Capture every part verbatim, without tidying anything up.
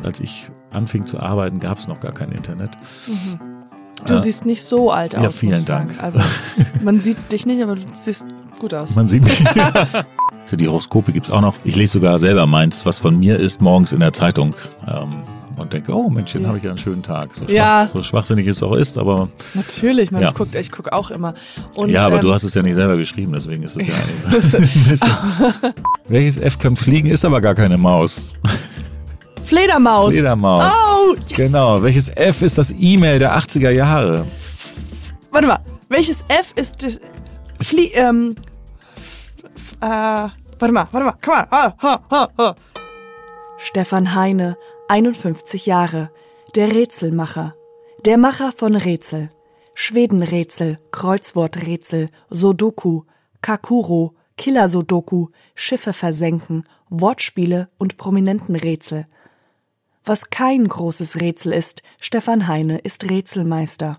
als ich anfing zu arbeiten, gab es noch gar kein Internet. Mhm. Du äh, siehst nicht so alt aus, ja, vielen muss ich Dank. sagen. Also man sieht dich nicht, aber du siehst gut aus. Man sieht mich. Also die Horoskope gibt es auch noch. Ich lese sogar selber meins, was von mir ist, morgens in der Zeitung. Ähm, und denke, oh Mensch, dann Ja. habe ich ja einen schönen Tag. So, Ja. schwach, so schwachsinnig es auch ist, aber... Natürlich, man Ja. guckt, ich gucke auch immer. Und, ja, aber ähm, du hast es ja nicht selber geschrieben, deswegen ist es ja ein bisschen... Welches F kann fliegen, ist aber gar keine Maus. Fledermaus. Fledermaus. Oh, yes. Genau. Welches F ist das E-Mail der achtziger Jahre? Warte mal, welches F ist das? Flie ähm, f- äh, warte mal, warte mal, komm mal. Ha, ha, ha, ha. Stefan Heine, einundfünfzig Jahre, der Rätselmacher. Der Macher von Rätsel. Schwedenrätsel, Kreuzworträtsel, Sudoku, Kakuro, Killer-Sudoku, Schiffe versenken, Wortspiele und Prominentenrätsel. Was kein großes Rätsel ist, Stefan Heine ist Rätselmeister.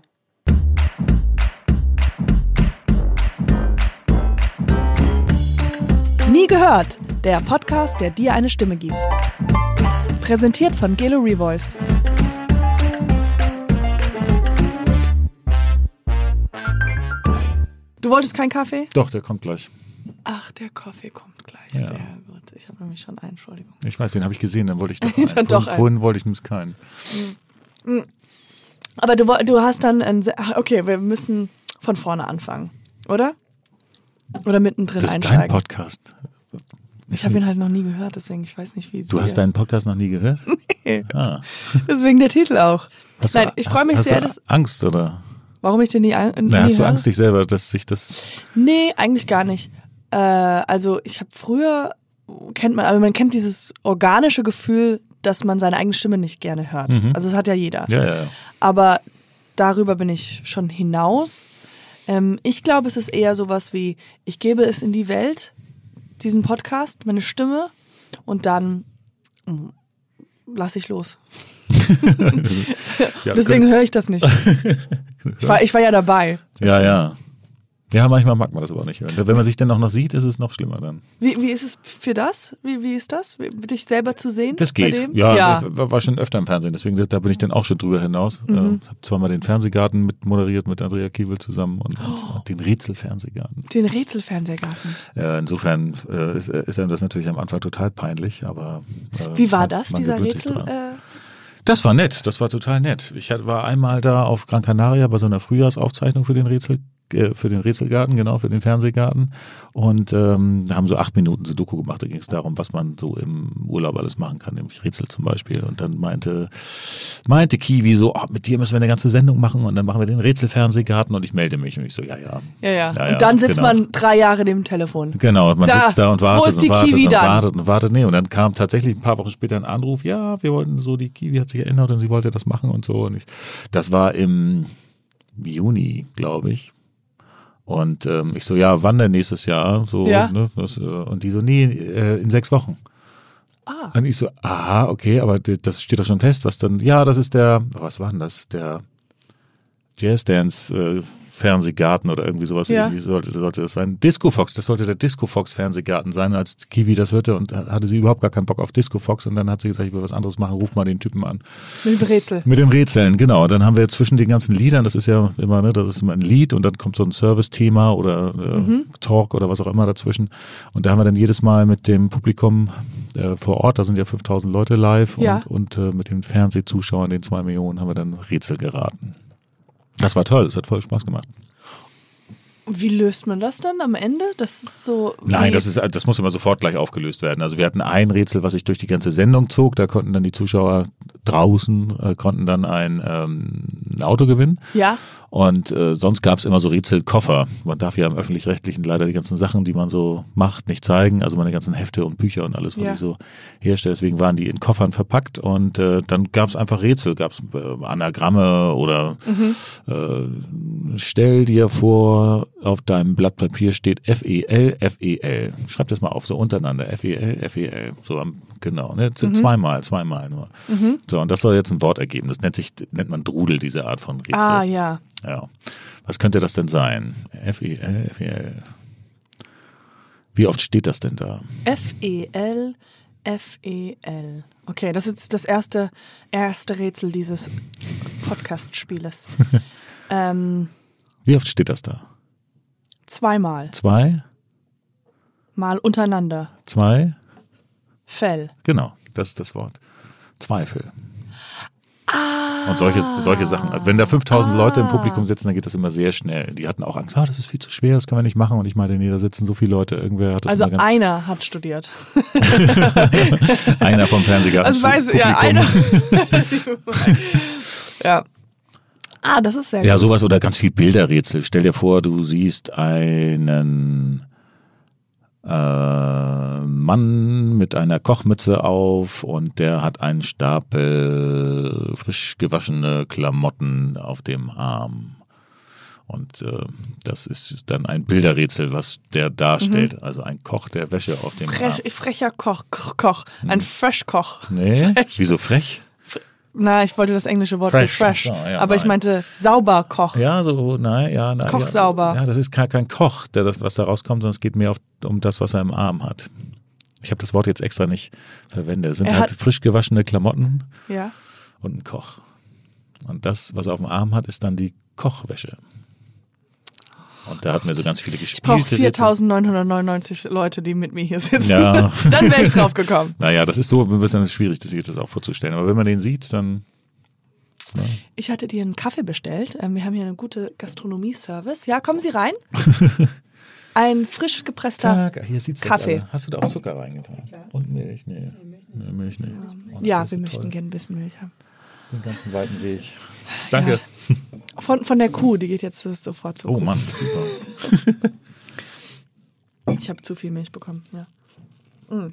Nie gehört, der Podcast, der dir eine Stimme gibt. Präsentiert von Gelo Revoice. Du wolltest keinen Kaffee? Doch, der kommt gleich. Ach, der Kaffee kommt gleich. Ja. Sehr gut. Ich habe nämlich schon einen, Entschuldigung. Ich weiß, den habe ich gesehen, dann wollte ich doch Dann einen. doch Vorhin- einen. Vorhin wollte ich nämlich keinen. Aber du, woll- du hast dann ein... Se- Ach, okay, wir müssen von vorne anfangen, oder? Oder mittendrin Das ist dein einsteigen. Podcast. Ich habe ihn halt noch nie gehört, deswegen ich weiß nicht, wie es Du hast deinen Podcast noch nie gehört? Nee. Ah. Deswegen der Titel auch. Hast Nein, du, ich hast- freue mich hast sehr, du dass... Angst, oder? Warum ich den nie, an, nie Na, hast du höre? Angst dich selber, dass sich das... Nee, eigentlich gar nicht. Äh, also ich habe früher, kennt man, aber man kennt dieses organische Gefühl, dass man seine eigene Stimme nicht gerne hört. Mhm. Also das hat ja jeder. Ja, ja, ja. Aber darüber bin ich schon hinaus. Ähm, ich glaube, es ist eher sowas wie, ich gebe es in die Welt, diesen Podcast, meine Stimme, und dann mm, lasse ich los. Ja, Deswegen höre ich das nicht. Ich war, ich war ja dabei. Ja, ja. Ja, manchmal mag man das aber nicht hören. Wenn man sich dann auch noch sieht, ist es noch schlimmer dann. Wie, wie ist es für das? Wie, wie ist das? Wie, dich selber zu sehen? Das bei geht. dem? Ja, ja. War, war schon öfter im Fernsehen, deswegen da bin ich dann auch schon drüber hinaus. Mhm. Äh, hab zwar mal den Fernsehgarten mit moderiert mit Andrea Kiewel zusammen und, und, und den Rätselfernsehgarten. Den Rätselfernsehgarten. Äh, insofern äh, ist, ist einem das natürlich am Anfang total peinlich, aber äh, Wie war man- das, man dieser gewöhnt sich Rätsel? dran. Äh, Das war nett, das war total nett. Ich hat- war einmal da auf Gran Canaria bei so einer Frühjahrsaufzeichnung für den Rätsel, äh, für den Rätselgarten, genau, für den Fernsehgarten. Und ähm, haben so acht Minuten Sudoku gemacht. Da ging es darum, was man so im Urlaub alles machen kann, nämlich Rätsel zum Beispiel. Und dann meinte, meinte Kiwi so, oh, mit dir müssen wir eine ganze Sendung machen und dann machen wir den Rätselfernsehgarten und ich melde mich. Und ich so, ja, ja. ja, ja. Ja, ja, und dann sitzt genau. man drei Jahre neben dem Telefon. Genau, man Da, sitzt da und wo wartet ist die und wartet Kiwi und dann? wartet und wartet. Nee, und dann kam tatsächlich ein paar Wochen später ein Anruf, ja, wir wollten so, die Kiwi hat sich erinnert und sie wollte das machen und so. Und ich, das war im Juni, glaube ich. Und ähm, ich so, ja, wann denn nächstes Jahr? So, Ja. ne, das, äh, und die so, nee, äh, in sechs Wochen. Ah. Und ich so, aha, okay, aber d- das steht doch schon fest, was dann, ja, das ist der, was war denn das, der Jazzdance äh, Fernsehgarten oder irgendwie sowas, Ja. irgendwie sollte, sollte das sein. Disco Fox, das sollte der Disco Fox Fernsehgarten sein, als Kiwi das hörte und hatte sie überhaupt gar keinen Bock auf Disco Fox und dann hat sie gesagt, ich will was anderes machen, ruf mal den Typen an. Mit dem Rätsel. Mit den Rätseln, genau. Dann haben wir zwischen den ganzen Liedern, das ist ja immer, ne, das ist immer ein Lied und dann kommt so ein Service-Thema oder äh, Mhm. Talk oder was auch immer dazwischen. Und da haben wir dann jedes Mal mit dem Publikum äh, vor Ort, da sind ja fünftausend Leute live Ja. und, und äh, mit den Fernsehzuschauern, den zwei Millionen, haben wir dann Rätsel geraten. Das war toll, das hat voll Spaß gemacht. Wie löst man das dann am Ende? Das ist so. Nein, wie- das ist, das muss immer sofort gleich aufgelöst werden. Also wir hatten ein Rätsel, was sich durch die ganze Sendung zog. Da konnten dann die Zuschauer draußen, äh, konnten dann ein, ähm, ein Auto gewinnen. Ja. Und äh, sonst gab es immer so Rätselkoffer. Man darf ja im Öffentlich-Rechtlichen leider die ganzen Sachen, die man so macht, nicht zeigen. Also meine ganzen Hefte und Bücher und alles, was Ja. ich so herstelle. Deswegen waren die in Koffern verpackt. Und äh, dann gab es einfach Rätsel. Gab es äh, Anagramme oder äh, stell dir vor, auf deinem Blatt Papier steht F E L, F E L. Schreib das mal auf, so untereinander. F E L, F E L. So am, genau, ne? Zweimal, zweimal nur. So, und das soll jetzt ein Wort ergeben. Das nennt sich, nennt man Drudel, diese Art von Rätsel. Ah, ja. Ja. Was könnte das denn sein? F E L, F E L. Wie oft steht das denn da? F E L, F E L. Okay, das ist das erste, erste Rätsel dieses Podcast-Spieles. ähm, Wie oft steht das da? Zweimal. Zwei? Mal untereinander. Zwei? Fell. Genau, das ist das Wort. Zweifel. Ah. Und solche, solche Sachen. Wenn da fünftausend ah. Leute im Publikum sitzen, dann geht das immer sehr schnell. Die hatten auch Angst, ah, das ist viel zu schwer, das können wir nicht machen. Und ich meinte, nee, da sitzen so viele Leute, irgendwer hat das Also immer ganz einer hat studiert. Einer vom Fernsehgarten. Also weiß ja, einer. Ja. Ah, das ist sehr Ja, gut. sowas oder ganz viel Bilderrätsel. Stell dir vor, du siehst einen äh, Mann mit einer Kochmütze auf und der hat einen Stapel frisch gewaschene Klamotten auf dem Arm. Und äh, das ist dann ein Bilderrätsel, was der darstellt. Mhm. Also ein Koch, der Wäsche auf dem Frech, Arm. Frecher Koch, Koch, ein Fresh-Koch. Nee, Frech. wieso frech? Na, ich wollte das englische Wort Fresh. für fresh, Oh, ja, aber nein. ich meinte sauber Koch. Ja, so, nein, ja, nein. Koch ja, sauber. Ja, das ist kein, kein Koch, der das, was da rauskommt, sondern es geht mehr auf, um das, was er im Arm hat. Ich habe das Wort jetzt extra nicht verwendet. Es sind Er halt hat- frisch gewaschene Klamotten Ja. und ein Koch. Und das, was er auf dem Arm hat, ist dann die Kochwäsche. Und da hatten wir so ganz viele Ich gespielte brauche Rätsel. viertausendneunhundertneunundneunzig Leute, die mit mir hier sitzen. Ja. Dann wäre ich drauf gekommen. Naja, das ist so ein bisschen schwierig, sich das auch vorzustellen. Aber wenn man den sieht, dann... Na. Ich hatte dir einen Kaffee bestellt. Ähm, Wir haben hier einen guten Gastronomie-Service. Ja, kommen Sie rein. Ein frisch gepresster. Tag, hier sieht's Kaffee. Doch, hast du da auch Zucker reingetan? Und Milch? Nee. Nee, Milch nicht. Oh, Ja, das wir ist möchten toll. gerne ein bisschen Milch haben. Den ganzen weiten Weg. Danke. Von, von der Kuh, die geht jetzt sofort zur Oh Kuh. Mann, super. Ich habe zu viel Milch bekommen, ja. Mm.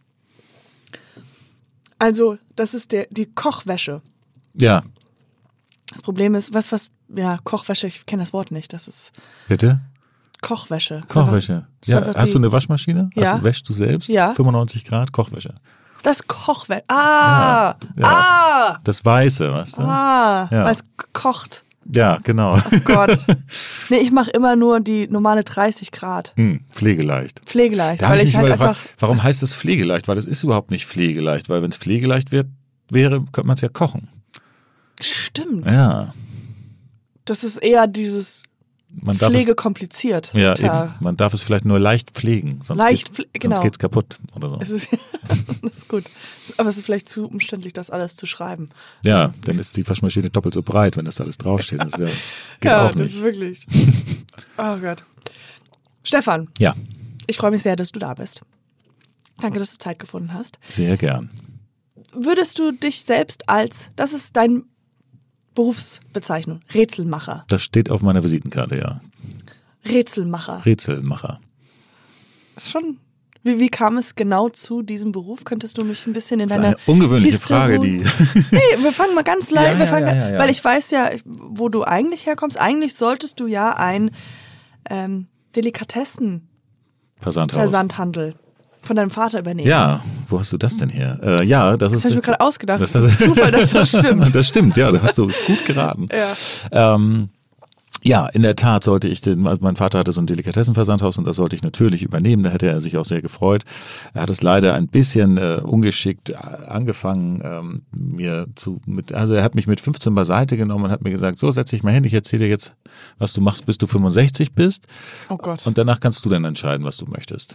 Also, das ist der, die Kochwäsche. Ja, Das Problem ist, was, was, ja, Kochwäsche, ich kenne das Wort nicht, das ist bitte? Kochwäsche. Kochwäsche. Das ist Ja, einfach hast die- du eine Waschmaschine? Ja. Hast du, wäschst du selbst? Ja. fünfundneunzig Grad Kochwäsche. Das Kochwäsche. Ah! Ja, ja. Ah! Das Weiße, weißt du? Ah! Ja. Weil es kocht. Ja, genau. Oh Gott. Nee, ich mache immer nur die normale dreißig Grad. Hm, pflegeleicht. Pflegeleicht, Da hab weil ich ich mich halt mal einfach. gefragt, warum heißt das pflegeleicht? Weil es ist überhaupt nicht pflegeleicht. Weil wenn es pflegeleicht wird, wäre, könnte man es ja kochen. Stimmt. Ja. Das ist eher dieses Man darf Pflege kompliziert. es, ja, Tja. eben. Man darf es vielleicht nur leicht pflegen. Sonst Leicht geht, pfle- genau. Sonst geht's kaputt oder so. Es ist, das ist gut. Aber es ist vielleicht zu umständlich, das alles zu schreiben. Ja, dann ist die Waschmaschine doppelt so breit, wenn das alles draufsteht. Das ist ja, geht ja, auch das ist nicht. wirklich. Oh Gott. Stefan, Ja, ich freue mich sehr, dass du da bist. Danke, dass du Zeit gefunden hast. sehr gern. Würdest du dich selbst als, das ist dein Berufsbezeichnung, Rätselmacher. Das steht auf meiner Visitenkarte, ja. Rätselmacher. Rätselmacher. Das ist schon. Wie, wie kam es genau zu diesem Beruf? Könntest du mich ein bisschen in Das ist deine eine ungewöhnliche History- Frage, die. Nee, wir fangen mal ganz leicht, Ja, wir ja, fangen ja, ga- ja, ja. weil ich weiß ja, wo du eigentlich herkommst. Eigentlich solltest du ja ein ähm, Delikatessen-Versandhandel Versandhaus. von deinem Vater übernehmen. Ja, wo hast du das denn her? Äh, ja, das Das ist. habe ich mir gerade ausgedacht. Das, Das ist ein Zufall, dass das stimmt. Das stimmt, ja, da hast du gut geraten. Ja. Ähm, ja, in der Tat sollte ich den, also mein Vater hatte so ein Delikatessenversandhaus und das sollte ich natürlich übernehmen, da hätte er sich auch sehr gefreut. Er hat es leider ein bisschen äh, ungeschickt angefangen, ähm, mir zu, mit, also er hat mich mit fünfzehn beiseite genommen und hat mir gesagt, so setz dich mal hin, ich erzähle dir jetzt, was du machst, bis du fünfundsechzig bist Oh Gott. und danach kannst du dann entscheiden, was du möchtest.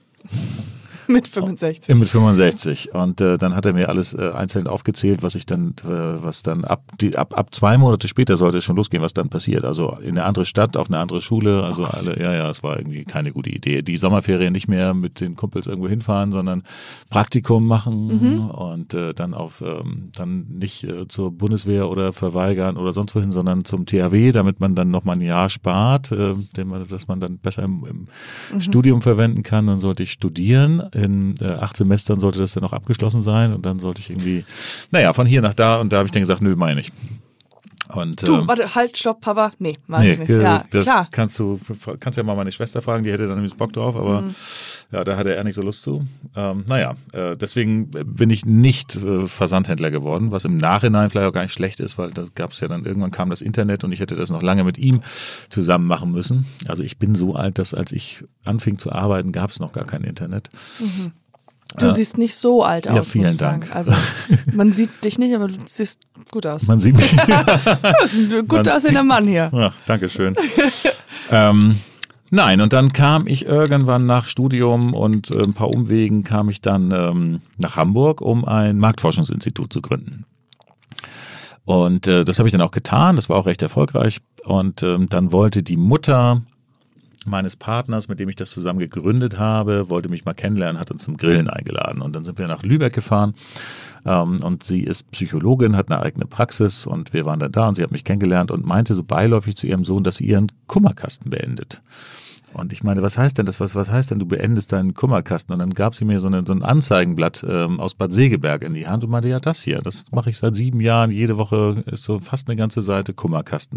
Mit fünfundsechzig. Mit fünfundsechzig. Und äh, dann hat er mir alles äh, einzeln aufgezählt, was ich dann, äh, was dann ab, die, ab, ab zwei Monate später sollte es schon losgehen, was dann passiert. Also in eine andere Stadt, auf eine andere Schule, also Oh alle, ja, ja, es war irgendwie keine gute Idee. Die Sommerferien nicht mehr mit den Kumpels irgendwo hinfahren, sondern Praktikum machen Mhm. und äh, dann auf, ähm, dann nicht äh, zur Bundeswehr oder verweigern oder sonst wohin, sondern zum T H W, damit man dann nochmal ein Jahr spart, äh, den man, dass man dann besser im, im Mhm. Studium verwenden kann. Dann sollte ich studieren. In äh, acht Semestern sollte das dann noch abgeschlossen sein und dann sollte ich irgendwie, naja, von hier nach da und da habe ich dann gesagt, nö, meine ich. Und, Du, ähm, warte, halt, stopp, Papa. Nee, mach nee, ich nicht. Ja, das klar. kannst du, kannst ja mal meine Schwester fragen, die hätte dann nämlich Bock drauf, aber Mhm. ja, da hatte er nicht so Lust zu. Ähm, naja, äh, deswegen bin ich nicht äh, Versandhändler geworden, was im Nachhinein vielleicht auch gar nicht schlecht ist, weil da gab es ja dann, irgendwann kam das Internet und ich hätte das noch lange mit ihm zusammen machen müssen. Also ich bin so alt, dass als ich anfing zu arbeiten, gab es noch gar kein Internet. Mhm. Du äh, siehst nicht so alt aus, ja, vielen muss ich Dank. sagen. Also man sieht dich nicht, aber du siehst gut aus. Man sieht mich. Das ist ein gut aussehender Mann hier. Ja, danke schön. ähm, nein, und dann kam ich irgendwann nach Studium und äh, ein paar Umwegen kam ich dann ähm, nach Hamburg, um ein Marktforschungsinstitut zu gründen. Und äh, das habe ich dann auch getan, das war auch recht erfolgreich. Und ähm, dann wollte die Mutter meines Partners, mit dem ich das zusammen gegründet habe, wollte mich mal kennenlernen, hat uns zum Grillen eingeladen. Und dann sind wir nach Lübeck gefahren ähm, und sie ist Psychologin, hat eine eigene Praxis und wir waren dann da und sie hat mich kennengelernt und meinte so beiläufig zu ihrem Sohn, dass sie ihren Kummerkasten beendet. Und ich meine, was heißt denn das? Was, was heißt denn, du beendest deinen Kummerkasten? Und dann gab sie mir so, eine, so ein Anzeigenblatt ähm, aus Bad Segeberg in die Hand und meinte, ja, das hier, das mache ich seit sieben Jahren. Jede Woche ist so fast eine ganze Seite Kummerkasten.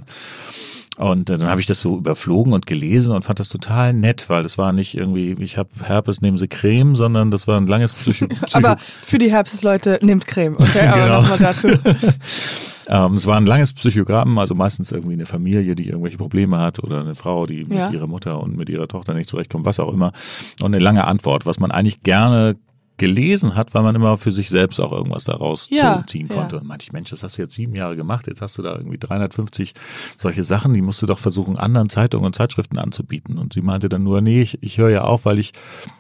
Und äh, dann habe ich das so überflogen und gelesen und fand das total nett, weil das war nicht irgendwie, ich habe Herpes, nehmen Sie Creme, sondern das war ein langes Psycho... Psycho Aber für die Herpes-Leute, nehmt Creme, okay? Aber genau. nochmal dazu. ähm, es war ein langes Psychogramm, also meistens irgendwie eine Familie, die irgendwelche Probleme hat oder eine Frau, die mit ja. ihrer Mutter und mit ihrer Tochter nicht zurechtkommt, was auch immer. Und eine lange Antwort, was man eigentlich gerne gelesen hat, weil man immer für sich selbst auch irgendwas daraus ja, ziehen konnte. ja. Und meinte ich, Mensch, das hast du jetzt sieben Jahre gemacht, jetzt hast du da irgendwie dreihundertfünfzig solche Sachen, die musst du doch versuchen, anderen Zeitungen und Zeitschriften anzubieten. Und sie meinte dann nur, nee, ich, ich höre ja auf, weil ich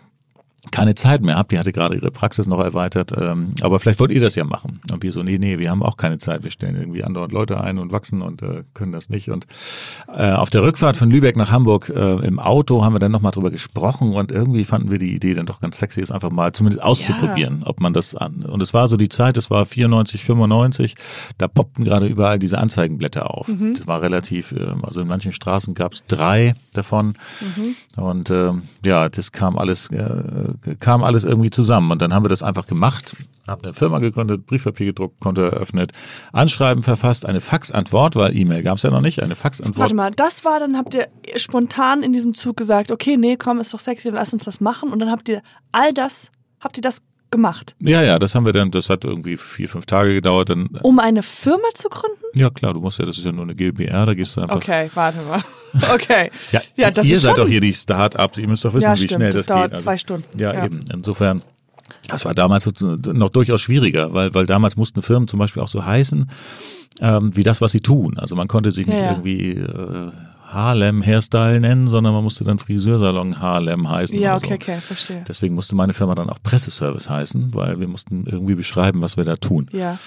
keine Zeit mehr habe. Die hatte gerade ihre Praxis noch erweitert. Ähm, aber vielleicht wollt ihr das ja machen. Und wir so, nee, nee, wir haben auch keine Zeit. Wir stellen irgendwie andauernd Leute ein und wachsen und äh, können das nicht. Und äh, auf der Rückfahrt von Lübeck nach Hamburg äh, im Auto haben wir dann nochmal drüber gesprochen und irgendwie fanden wir die Idee dann doch ganz sexy, es einfach mal zumindest auszuprobieren, ja. ob man das an. Und es war so die Zeit, es war vierundneunzig, fünfundneunzig, da poppten gerade überall diese Anzeigenblätter auf. Mhm. Das war relativ, äh, also in manchen Straßen gab es drei davon. Mhm. Und äh, ja, das kam alles äh, kam alles irgendwie zusammen und dann haben wir das einfach gemacht, haben eine Firma gegründet, Briefpapier gedruckt, Konto eröffnet, Anschreiben verfasst, eine Faxantwort, weil E-Mail gab es ja noch nicht, eine Faxantwort. Warte mal, das war, dann habt ihr spontan in diesem Zug gesagt, okay, nee, komm, ist doch sexy, lass uns das machen und dann habt ihr all das, habt ihr das gemacht? Ja, ja, das haben wir dann, das hat irgendwie vier, fünf Tage gedauert. Dann, um eine Firma zu gründen? Ja, klar, du musst ja, das ist ja nur eine GmbH, da gehst du einfach. Okay, warte mal. Okay. ja, ja, das ihr ist seid schon... doch hier die Start-ups, ihr müsst doch wissen, ja, wie stimmt, schnell das, das dauert geht. Also, zwei Stunden. Ja, ja, eben. Insofern, das war damals noch durchaus schwieriger, weil, weil damals mussten Firmen zum Beispiel auch so heißen, ähm, wie das, was sie tun. Also man konnte sich nicht ja, ja. irgendwie äh, Harlem Hairstyle nennen, sondern man musste dann Friseursalon Harlem heißen. Ja, oder okay, so. okay, verstehe. Deswegen musste meine Firma dann auch Presseservice heißen, weil wir mussten irgendwie beschreiben, was wir da tun. Ja.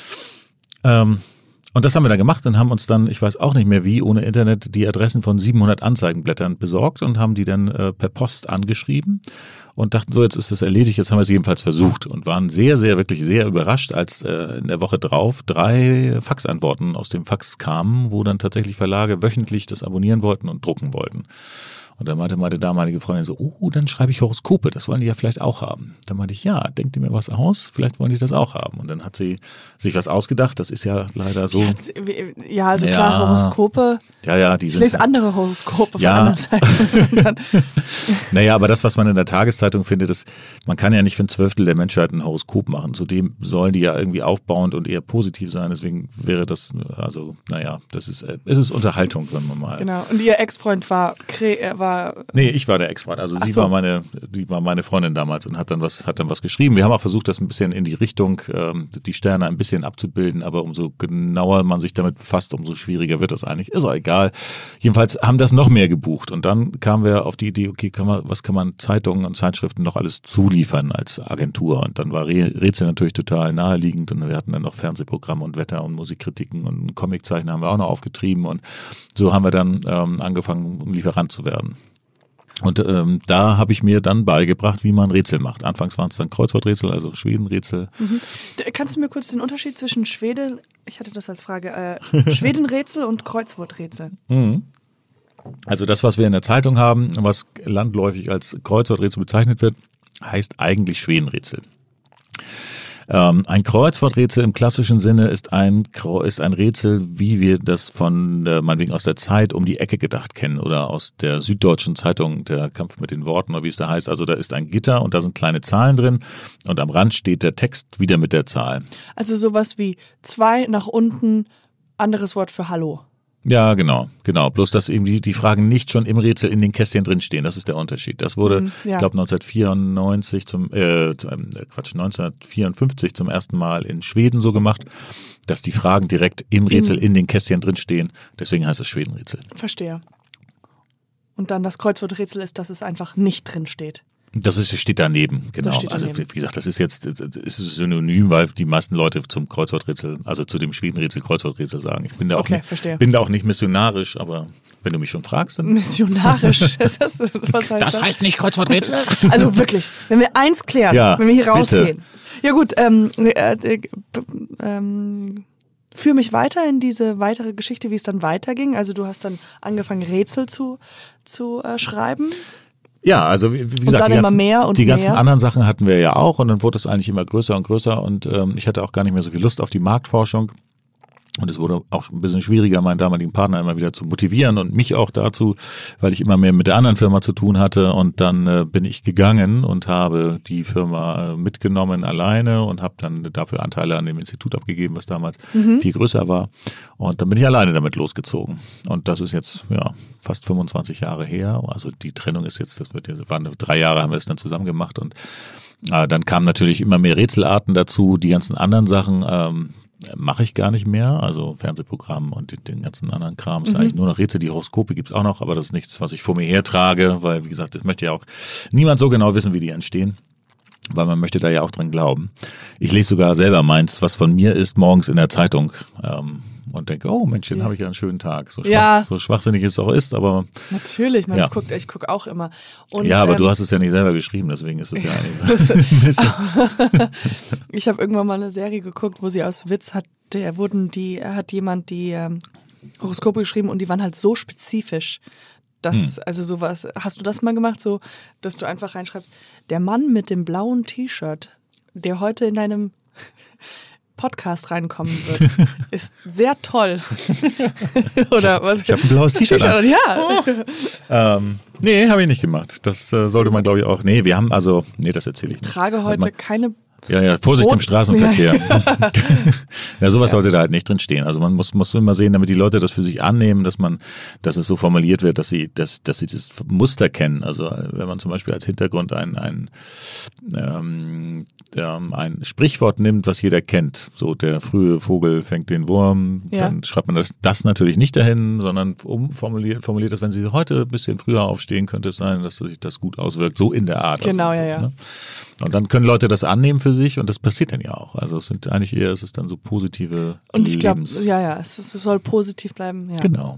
Ähm, und das haben wir dann gemacht und haben uns dann, ich weiß auch nicht mehr wie, ohne Internet die Adressen von siebenhundert Anzeigenblättern besorgt und haben die dann äh, per Post angeschrieben und dachten so, jetzt ist das erledigt, jetzt haben wir es jedenfalls versucht und waren sehr, sehr, wirklich sehr überrascht, als äh, in der Woche drauf drei Faxantworten aus dem Fax kamen, wo dann tatsächlich Verlage wöchentlich das abonnieren wollten und drucken wollten. Und dann meinte meine damalige Freundin so, oh, dann schreibe ich Horoskope, das wollen die ja vielleicht auch haben. Dann meinte ich, ja, denkt ihr mir was aus, vielleicht wollen die das auch haben. Und dann hat sie sich was ausgedacht, das ist ja leider so. Ja, also ja, klar, Horoskope. Ja, ja, die sind. Ich lese andere Horoskope von ja. anderen Seiten. Naja, aber das, was man in der Tageszeitung findet, ist, man kann ja nicht für ein Zwölftel der Menschheit ein Horoskop machen. Zudem sollen die ja irgendwie aufbauend und eher positiv sein. Deswegen wäre das, also, naja, das ist, es ist Unterhaltung, wenn man mal. Genau. Und ihr Ex-Freund war, war Nee, ich war der Ex-Freund. Also Ach sie so. war meine, die war meine Freundin damals und hat dann was, hat dann was geschrieben. Wir haben auch versucht, das ein bisschen in die Richtung, ähm, die Sterne ein bisschen abzubilden, aber umso genauer man sich damit befasst, umso schwieriger wird das eigentlich. Ist auch egal. Jedenfalls haben das noch mehr gebucht und dann kamen wir auf die Idee, okay, kann man, was kann man Zeitungen und Zeitschriften noch alles zuliefern als Agentur? Und dann war Rätsel natürlich total naheliegend und wir hatten dann noch Fernsehprogramme und Wetter- und Musikkritiken und Comiczeichner haben wir auch noch aufgetrieben und so haben wir dann ähm, angefangen, Lieferant zu werden. Und ähm, da habe ich mir dann beigebracht, wie man Rätsel macht. Anfangs waren es dann Kreuzworträtsel, also Schwedenrätsel. Mhm. Kannst du mir kurz den Unterschied zwischen Schwede, ich hatte das als Frage, äh, Schwedenrätsel und Kreuzworträtsel? Mhm. Also das, was wir in der Zeitung haben, was landläufig als Kreuzworträtsel bezeichnet wird, heißt eigentlich Schwedenrätsel. Ähm, ein Kreuzworträtsel im klassischen Sinne ist ein, ist ein Rätsel, wie wir das von, äh, meinetwegen aus der Zeit um die Ecke gedacht kennen oder aus der Süddeutschen Zeitung, der Kampf mit den Worten oder wie es da heißt. Also da ist ein Gitter und da sind kleine Zahlen drin und am Rand steht der Text wieder mit der Zahl. Also sowas wie zwei nach unten, anderes Wort für Hallo. Ja, genau, genau. Bloß, dass eben die, die Fragen nicht schon im Rätsel in den Kästchen drinstehen. Das ist der Unterschied. Das wurde, Mhm, ja. ich glaube, neunzehnhundertvierundneunzig zum, äh, Quatsch, neunzehnhundertvierundfünfzig zum ersten Mal in Schweden so gemacht, dass die Fragen direkt im Rätsel in, in den Kästchen drinstehen. Deswegen heißt es Schwedenrätsel. Verstehe. Und dann das Kreuzworträtsel ist, dass es einfach nicht drin steht. Das ist, steht daneben, genau. steht also daneben. wie gesagt, das ist jetzt das ist synonym, weil die meisten Leute zum Kreuzworträtsel, also zu dem Schwedenrätsel Kreuzworträtsel sagen. Ich bin da auch Okay, nicht, verstehe. bin da auch nicht missionarisch, aber wenn du mich schon fragst, dann Missionarisch. Ist das, was heißt das? das heißt nicht Kreuzworträtsel. Also wirklich, wenn wir eins klären, Ja, wenn wir hier bitte. rausgehen. Ja gut, ähm, äh, äh, ähm, führ mich weiter in diese weitere Geschichte, wie es dann weiterging. Also du hast dann angefangen, Rätsel zu, zu äh, schreiben. Ja, also wie, wie Und gesagt, dann die, immer ganzen, mehr und die ganzen mehr. anderen Sachen hatten wir ja auch und dann wurde es eigentlich immer größer und größer und ähm, ich hatte auch gar nicht mehr so viel Lust auf die Marktforschung. Und es wurde auch ein bisschen schwieriger, meinen damaligen Partner immer wieder zu motivieren und mich auch dazu, weil ich immer mehr mit der anderen Firma zu tun hatte. Und dann äh, bin ich gegangen und habe die Firma äh, mitgenommen alleine und habe dann dafür Anteile an dem Institut abgegeben, was damals mhm. viel größer war. Und dann bin ich alleine damit losgezogen. Und das ist jetzt ja fast fünfundzwanzig Jahre her. Also die Trennung ist jetzt, das wird jetzt, waren drei Jahre haben wir es dann zusammen gemacht. Und äh, dann kamen natürlich immer mehr Rätselarten dazu, die ganzen anderen Sachen. Ähm, mache ich gar nicht mehr, also Fernsehprogramm und den, den ganzen anderen Kram. Es ist mhm. eigentlich nur noch Rätsel, die Horoskope gibt's auch noch, aber das ist nichts, was ich vor mir hertrage, weil, wie gesagt, das möchte ja auch niemand so genau wissen, wie die entstehen, weil man möchte da ja auch dran glauben. Ich lese sogar selber meins, was von mir ist, morgens in der Zeitung ähm, und denke, oh Mensch, den ja. habe ich ja einen schönen Tag. So, schwach, ja. so schwachsinnig es auch ist, aber... Natürlich, man ja. guckt, ich gucke auch immer. Und, ja, aber ähm, du hast es ja nicht selber geschrieben, deswegen ist es ja ein bisschen... Ich habe irgendwann mal eine Serie geguckt, wo sie aus Witz hat, der wurden die, hat jemand die ähm, Horoskope geschrieben und die waren halt so spezifisch. Das, hm. also sowas, hast du das mal gemacht, so, dass du einfach reinschreibst, der Mann mit dem blauen T-Shirt, der heute in deinem Podcast reinkommen wird, ist sehr toll. Oder was? Ich habe ein blaues T-Shirt an. Ja. Oh. ähm, nee, habe ich nicht gemacht. Das äh, sollte man, glaube ich, auch. Nee, wir haben also, nee, das erzähle ich nicht. Ich trage heute also man, keine Ja, ja, Vorsicht Rot- im Straßenverkehr. Ja, ja sowas ja. sollte da halt nicht drin stehen. Also man muss, muss immer sehen, damit die Leute das für sich annehmen, dass man, dass es so formuliert wird, dass sie, dass, dass sie das Muster kennen. Also wenn man zum Beispiel als Hintergrund ein, ein, ähm, ähm, ein Sprichwort nimmt, was jeder kennt. So der frühe Vogel fängt den Wurm, Ja. dann schreibt man das, das natürlich nicht dahin, sondern umformuliert, formuliert das, wenn sie heute ein bisschen früher aufstehen, könnte es sein, dass sich das gut auswirkt. So in der Art. Genau, also, ja, ja. Ne? Und dann können Leute das annehmen für sich und das passiert dann ja auch. Also es sind eigentlich eher, es ist dann so positive Und ich glaube, Lebens- ja, ja, es, es soll positiv bleiben. Ja. Genau.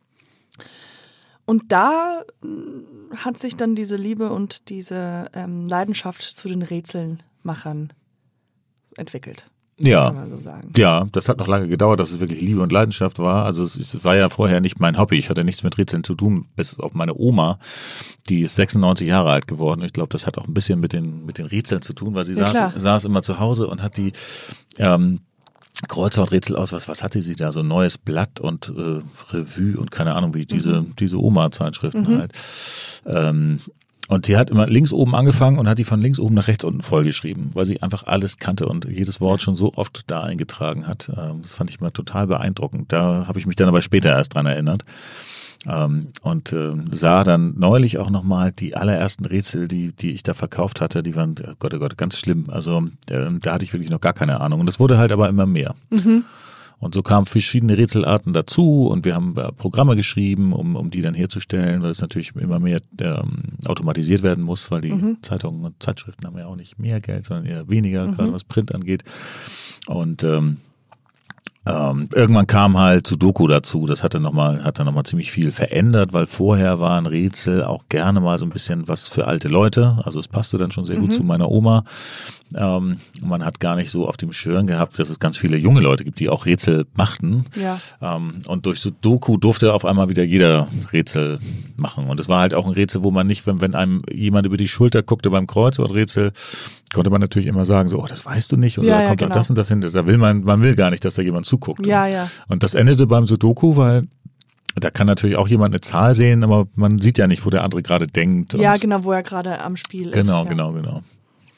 Und da mh, hat sich dann diese Liebe und diese ähm, Leidenschaft zu den Rätselmachern entwickelt. Ja. Kann man so sagen. Ja, das hat noch lange gedauert, dass es wirklich Liebe und Leidenschaft war. Also es, es war ja vorher nicht mein Hobby. Ich hatte nichts mit Rätseln zu tun, bis auf meine Oma, die ist sechsundneunzig Jahre alt geworden. Ich glaube, das hat auch ein bisschen mit den mit den Rätseln zu tun, weil sie Ja, klar. saß, saß immer zu Hause und hat die ähm, Kreuzworträtsel aus, was, was hatte sie da? So ein neues Blatt und äh, Revue und keine Ahnung, wie diese, Mhm. diese Oma-Zeitschriften Mhm. halt. Ähm, und die hat immer links oben angefangen und hat die von links oben nach rechts unten vollgeschrieben, weil sie einfach alles kannte und jedes Wort schon so oft da eingetragen hat. Ähm, das fand ich immer total beeindruckend. Da habe ich mich dann aber später erst dran erinnert. Ähm, und äh, sah dann neulich auch nochmal die allerersten Rätsel, die die ich da verkauft hatte, die waren, oh Gott, oh Gott, ganz schlimm. Also äh, da hatte ich wirklich noch gar keine Ahnung. Und das wurde halt aber immer mehr. Mhm. Und so kamen verschiedene Rätselarten dazu und wir haben äh, Programme geschrieben, um, um die dann herzustellen, weil es natürlich immer mehr ähm, automatisiert werden muss, weil die Mhm. Zeitungen und Zeitschriften haben ja auch nicht mehr Geld, sondern eher weniger, Mhm. gerade was Print angeht. Und ähm, ähm, irgendwann kam halt Sudoku dazu, das hat dann nochmal, hat dann nochmal ziemlich viel verändert, weil vorher waren Rätsel auch gerne mal so ein bisschen was für alte Leute, also es passte dann schon sehr gut Mhm. zu meiner Oma. Ähm, man hat gar nicht so auf dem Schirm gehabt, dass es ganz viele junge Leute gibt, die auch Rätsel machten. Ja. Ähm, und durch Sudoku durfte auf einmal wieder jeder Rätsel machen. Und es war halt auch ein Rätsel, wo man nicht, wenn, wenn einem jemand über die Schulter guckte beim Kreuzworträtsel, konnte man natürlich immer sagen, so, oh, das weißt du nicht, und so, Ja, da ja, kommt genau. doch das und das hin. Da will man, man will gar nicht, dass da jemand zuguckt. Ja, ja. Und das endete beim Sudoku, weil da kann natürlich auch jemand eine Zahl sehen, aber man sieht ja nicht, wo der andere gerade denkt. Ja, und genau, wo er gerade am Spiel ist. Genau, ja. genau, genau.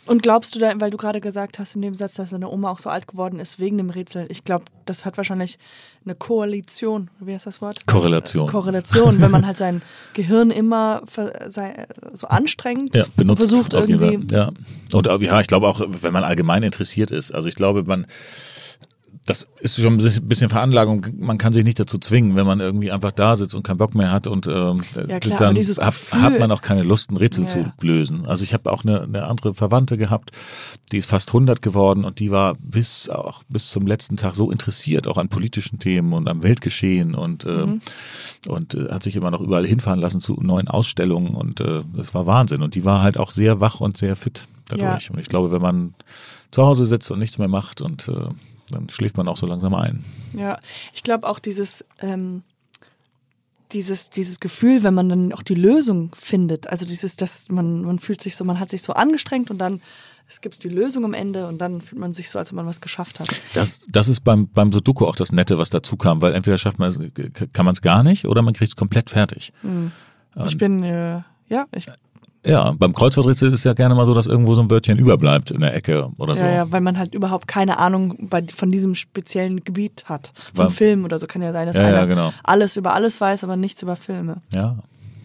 Und glaubst du da, weil du gerade gesagt hast in dem Satz, dass deine Oma auch so alt geworden ist wegen dem Rätsel, ich glaube, das hat wahrscheinlich eine Koalition, wie heißt das Wort? Korrelation. Korrelation, wenn man halt sein Gehirn immer sei, so anstrengt ja, benutzt, und versucht irgendwie. Ja. Und ja, ich glaube auch, wenn man allgemein interessiert ist, also ich glaube, man das ist schon ein bisschen Veranlagung. Man kann sich nicht dazu zwingen, wenn man irgendwie einfach da sitzt und keinen Bock mehr hat und ähm, ja, klar, dann dieses hat, Gefühl, hat man auch keine Lust, ein Rätsel ja, zu ja. lösen. Also ich habe auch eine, eine andere Verwandte gehabt, die ist fast hundert geworden und die war bis auch bis zum letzten Tag so interessiert, auch an politischen Themen und am Weltgeschehen und ähm, Mhm. und äh, hat sich immer noch überall hinfahren lassen zu neuen Ausstellungen und äh, das war Wahnsinn. Und die war halt auch sehr wach und sehr fit dadurch. Ja. Und ich glaube, wenn man zu Hause sitzt und nichts mehr macht und äh, dann schläft man auch so langsam ein. Ja, ich glaube auch dieses, ähm, dieses, dieses Gefühl, wenn man dann auch die Lösung findet, also dieses, dass man, man fühlt sich so, man hat sich so angestrengt und dann es gibt die Lösung am Ende und dann fühlt man sich so, als ob man was geschafft hat. Das, das ist beim, beim Sudoku auch das Nette, was dazu kam, weil entweder schafft man es, kann man es gar nicht oder man kriegt es komplett fertig. Hm. Ich bin, äh, ja, ich Ja, beim Kreuzworträtsel ist ja gerne mal so, dass irgendwo so ein Wörtchen überbleibt in der Ecke oder so. Ja, ja, weil man halt überhaupt keine Ahnung bei, von diesem speziellen Gebiet hat. Vom War, Film oder so kann ja sein, dass ja, einer ja, genau. alles über alles weiß, aber nichts über Filme. Ja.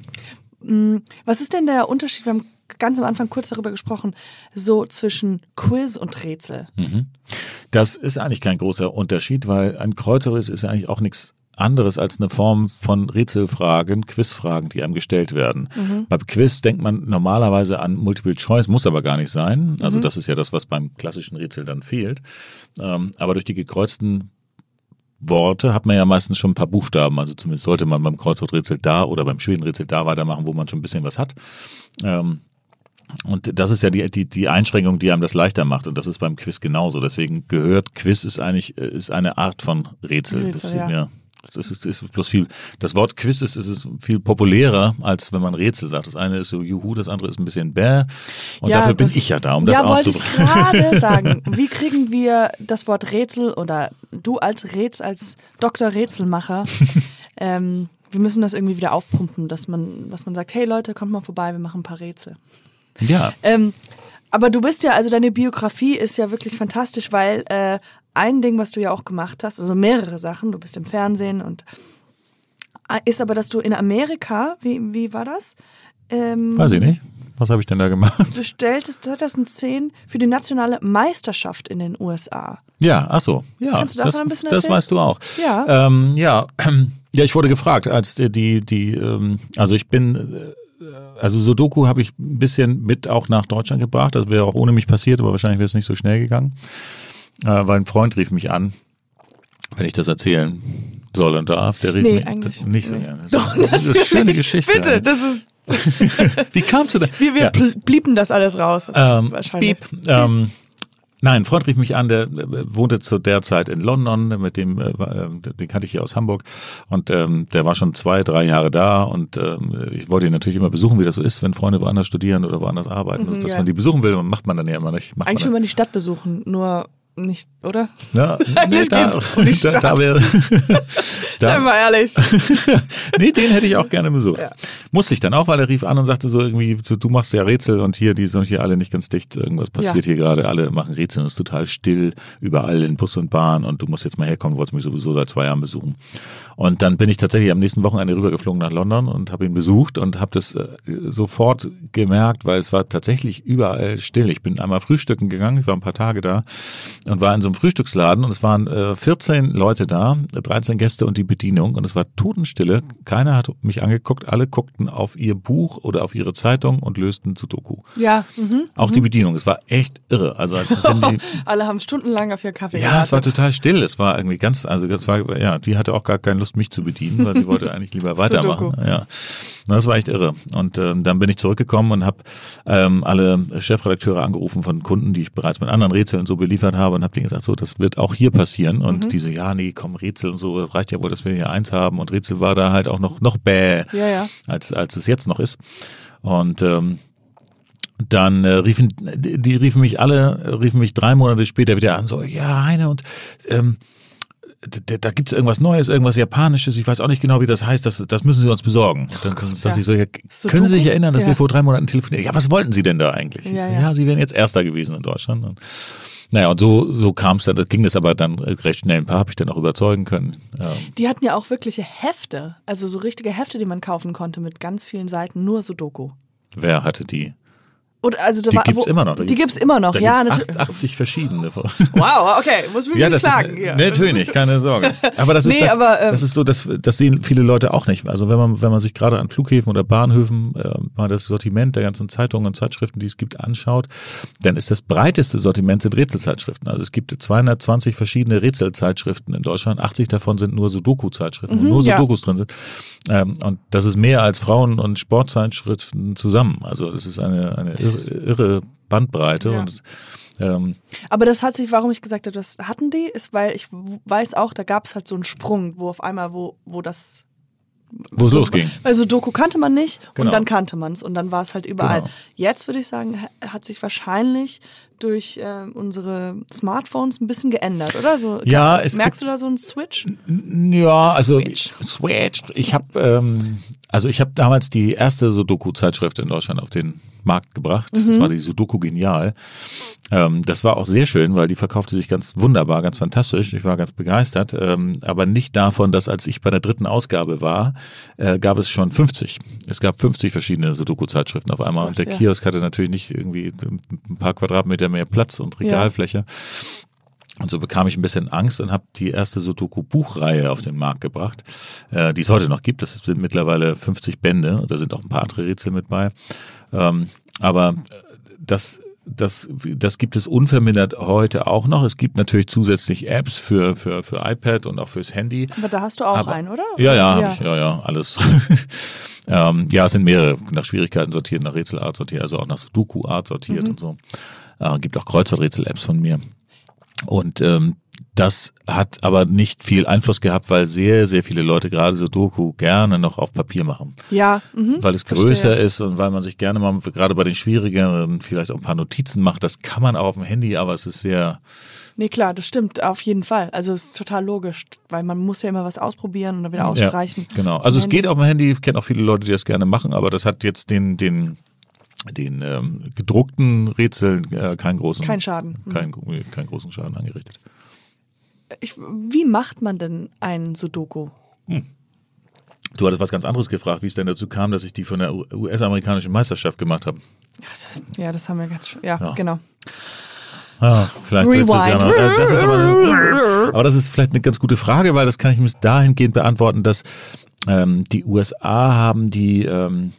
Was ist denn der Unterschied, wir haben ganz am Anfang kurz darüber gesprochen, so zwischen Quiz und Rätsel? Mhm. Das ist eigentlich kein großer Unterschied, weil ein Kreuzworträtsel ist ja eigentlich auch nichts anderes als eine Form von Rätselfragen, Quizfragen, die einem gestellt werden. Mhm. Beim Quiz denkt man normalerweise an Multiple Choice, muss aber gar nicht sein. Also mhm. das ist ja das, was beim klassischen Rätsel dann fehlt. Ähm, aber durch die gekreuzten Worte hat man ja meistens schon ein paar Buchstaben. Also zumindest sollte man beim Kreuzworträtsel da oder beim Schwedenrätsel da weitermachen, wo man schon ein bisschen was hat. Ähm, Und das ist ja die, die, die Einschränkung, die einem das leichter macht. Und das ist beim Quiz genauso. Deswegen gehört, Quiz ist eigentlich, ist eine Art von Rätsel. Rätsel das, ja. ja, das ist, ist bloß viel, das Wort Quiz ist, ist, ist viel populärer, als wenn man Rätsel sagt. Das eine ist so Juhu, das andere ist ein bisschen bäh. Und ja, dafür bin das, ich ja da, um das ja, aufzubringen. Ja, wollte ich gerade sagen. Wie kriegen wir das Wort Rätsel oder du als Rätsel, als Doktor Rätselmacher, ähm, wir müssen das irgendwie wieder aufpumpen, dass man, dass man sagt, hey Leute, kommt mal vorbei, wir machen ein paar Rätsel. Ja. Ähm, aber du bist ja, also deine Biografie ist ja wirklich fantastisch, weil äh, ein Ding, was du ja auch gemacht hast, also mehrere Sachen, du bist im Fernsehen und ist aber, dass du in Amerika, wie, wie war das? Ähm, Weiß ich nicht. Was habe ich denn da gemacht? Du stelltest zweitausendzehn für die nationale Meisterschaft in den U S A. Ja, ach so. Ja, Kannst du davon das, ein bisschen das erzählen? weißt du auch. Ja. Ähm, ja, ja, ich wurde gefragt, als die, die, die ähm, also ich bin, also Sudoku habe ich ein bisschen mit auch nach Deutschland gebracht. Das wäre auch ohne mich passiert, aber wahrscheinlich wäre es nicht so schnell gegangen. Äh, weil ein Freund rief mich an, wenn ich das erzählen soll und darf. Der rief nee, mich eigentlich das nicht so nee. gerne. Das, Doch, das ist eine schöne Geschichte. Bitte, eigentlich. das ist. Wie kamst du da? Wir, wir ja. bliepen das alles raus. Ähm, wahrscheinlich. Piep. Ähm, Nein, ein Freund rief mich an, der wohnte zu der Zeit in London, mit dem, äh, den kannte ich hier aus Hamburg und ähm, der war schon zwei, drei Jahre da und ähm, ich wollte ihn natürlich immer besuchen, wie das so ist, wenn Freunde woanders studieren oder woanders arbeiten, Mhm, dass ja. man die besuchen will, macht man dann ja immer nicht. Macht Eigentlich will man man die Stadt besuchen, nur nicht, oder? ja, nee, Eigentlich da, geht's um die da, Stadt. da wäre, Sei mal ehrlich. nee, den hätte ich auch gerne besucht. Ja. Musste ich dann auch, weil er rief an und sagte so irgendwie, so, du machst ja Rätsel und hier, die sind hier alle nicht ganz dicht, irgendwas passiert Ja. hier gerade, alle machen Rätsel und es ist total still, überall in Bus und Bahn und du musst jetzt mal herkommen, du wolltest mich sowieso seit zwei Jahren besuchen. Und dann bin ich tatsächlich am nächsten Wochenende rübergeflogen nach London und habe ihn besucht und habe das äh, sofort gemerkt, weil es war tatsächlich überall still. Ich bin einmal frühstücken gegangen, ich war ein paar Tage da und war in so einem Frühstücksladen und es waren äh, vierzehn Leute da, dreizehn Gäste und die Bedienung und es war totenstille. Keiner hat mich angeguckt, alle guckten auf ihr Buch oder auf ihre Zeitung und lösten Sudoku. Ja. Mhm. Auch mhm. die Bedienung, es war echt irre. Also als wenn die, Alle haben stundenlang auf ihr Kaffee ja, gewartet. es war total still. Es war irgendwie ganz, also das war, ja, die hatte auch gar keine Lust, mich zu bedienen, weil sie wollte eigentlich lieber weitermachen. Sudoku. Ja, das war echt irre. Und ähm, dann bin ich zurückgekommen und habe ähm, alle Chefredakteure angerufen von Kunden, die ich bereits mit anderen Rätseln so beliefert habe und habe denen gesagt, so, das wird auch hier passieren. Und Mhm. die so, ja, nee, komm, Rätsel und so, das reicht ja wohl, dass wir hier eins haben. Und Rätsel war da halt auch noch noch bäh, Ja, ja. als als es jetzt noch ist. Und ähm, dann äh, riefen die riefen mich alle, riefen mich drei Monate später wieder an, so, ja, Heine, und ähm, da, da gibt es irgendwas Neues, irgendwas Japanisches, ich weiß auch nicht genau, wie das heißt, das, das müssen Sie uns besorgen. Dann Gott, sag ja. ich so, ja, So können Sie sich Doku? erinnern, dass Ja. wir vor drei Monaten telefoniert haben? Ja, was wollten Sie denn da eigentlich? Ich Ja, so, ja. ja, Sie wären jetzt Erster gewesen in Deutschland. Und, naja, und so, so kam es dann, das ging das aber dann recht schnell. Ein paar habe ich dann auch überzeugen können. Ja. Die hatten ja auch wirkliche Hefte, also so richtige Hefte, die man kaufen konnte mit ganz vielen Seiten, nur Sudoku. Wer hatte die? Und also da Die war, gibt's wo, immer noch. Da Die gibt's immer noch, da ja. gibt's Natürlich. achtzig verschiedene. Wow, okay, muss mich Ja, nicht das schlagen ist, hier. natürlich, keine Sorge. Aber das ist, Nee, das, aber, ähm, das ist so, das, das sehen viele Leute auch nicht. Also wenn man, wenn man sich gerade an Flughäfen oder Bahnhöfen äh, mal das Sortiment der ganzen Zeitungen und Zeitschriften, die es gibt, anschaut, dann ist das breiteste Sortiment sind Rätselzeitschriften. Also es gibt zweihundertzwanzig verschiedene Rätselzeitschriften in Deutschland. achtzig davon sind nur Sudoku-Zeitschriften, wo Mhm, nur ja. Sudokus drin sind. Ähm, und das ist mehr als Frauen- und Sportzeitschriften zusammen. Also das ist eine, eine irre, irre Bandbreite. Ja. Und ähm, Aber das hat sich, warum ich gesagt habe, das hatten die, ist, weil ich w- weiß auch, da gab es halt so einen Sprung, wo auf einmal, wo, wo das wo es so, losging. Also Doku kannte man nicht Genau. und dann kannte man es und dann war es halt überall. Genau. Jetzt würde ich sagen, ha- hat sich wahrscheinlich durch äh, unsere Smartphones ein bisschen geändert, oder? So, Ja, kann, es merkst gibt- du da so einen Switch? Ja, also Switch. Switch. Ich habe ähm, also ich habe damals die erste Sudoku-Zeitschrift in Deutschland auf den Markt gebracht. Das war die Sudoku Genial. Ähm, das war auch sehr schön, weil die verkaufte sich ganz wunderbar, ganz fantastisch. Ich war ganz begeistert. Ähm, aber nicht davon, dass als ich bei der dritten Ausgabe war, äh, gab es schon fünfzig. Es gab fünfzig verschiedene Sudoku-Zeitschriften auf einmal. Gott, und der ja. Kiosk hatte natürlich nicht irgendwie ein paar Quadratmeter mehr Platz und Regalfläche. Und so bekam ich ein bisschen Angst und habe die erste Sudoku-Buchreihe auf den Markt gebracht, äh, die es heute noch gibt. Das sind mittlerweile fünfzig Bände. Da sind auch ein paar andere Rätsel mit bei. Ähm, aber das, das, das gibt es unvermindert heute auch noch. Es gibt natürlich zusätzlich Apps für, für, für iPad und auch fürs Handy. Aber da hast du auch Aber- einen, oder? Ja, ja, ja. habe ich, ja, ja, alles. ähm, ja, es sind mehrere nach Schwierigkeiten sortiert, nach Rätselart sortiert, also auch nach Sudoku-Art sortiert und so. Äh, gibt auch Kreuzworträtsel-Apps von mir. Und ähm, das hat aber nicht viel Einfluss gehabt, weil sehr, sehr viele Leute gerade Sudoku gerne noch auf Papier machen. Ja, mhm, Weil es verstehe. größer ist und weil man sich gerne mal, gerade bei den schwierigeren, vielleicht auch ein paar Notizen macht. Das kann man auch auf dem Handy, aber es ist sehr, Nee, klar, das stimmt, auf jeden Fall. Also es ist total logisch, weil man muss ja immer was ausprobieren und dann wieder ausstreichen. ja, genau. Also es Handy. geht auf dem Handy, ich kenne auch viele Leute, die das gerne machen, aber das hat jetzt den, den, den ähm, gedruckten Rätseln äh, keinen großen, Kein Schaden. Mhm. keinen, keinen großen Schaden angerichtet. Ich, wie macht man denn einen Sudoku? Du hattest was ganz anderes gefragt, wie es denn dazu kam, dass ich die von der U S-amerikanischen Meisterschaft gemacht habe. Ja, das haben wir ganz schön. Ja, Ja. genau. Ah, vielleicht Rewind. hilft es ja noch. Äh, das ist aber, eine, aber das ist vielleicht eine ganz gute Frage, weil das kann ich bis dahingehend beantworten, dass ähm, die U S A haben die ähm,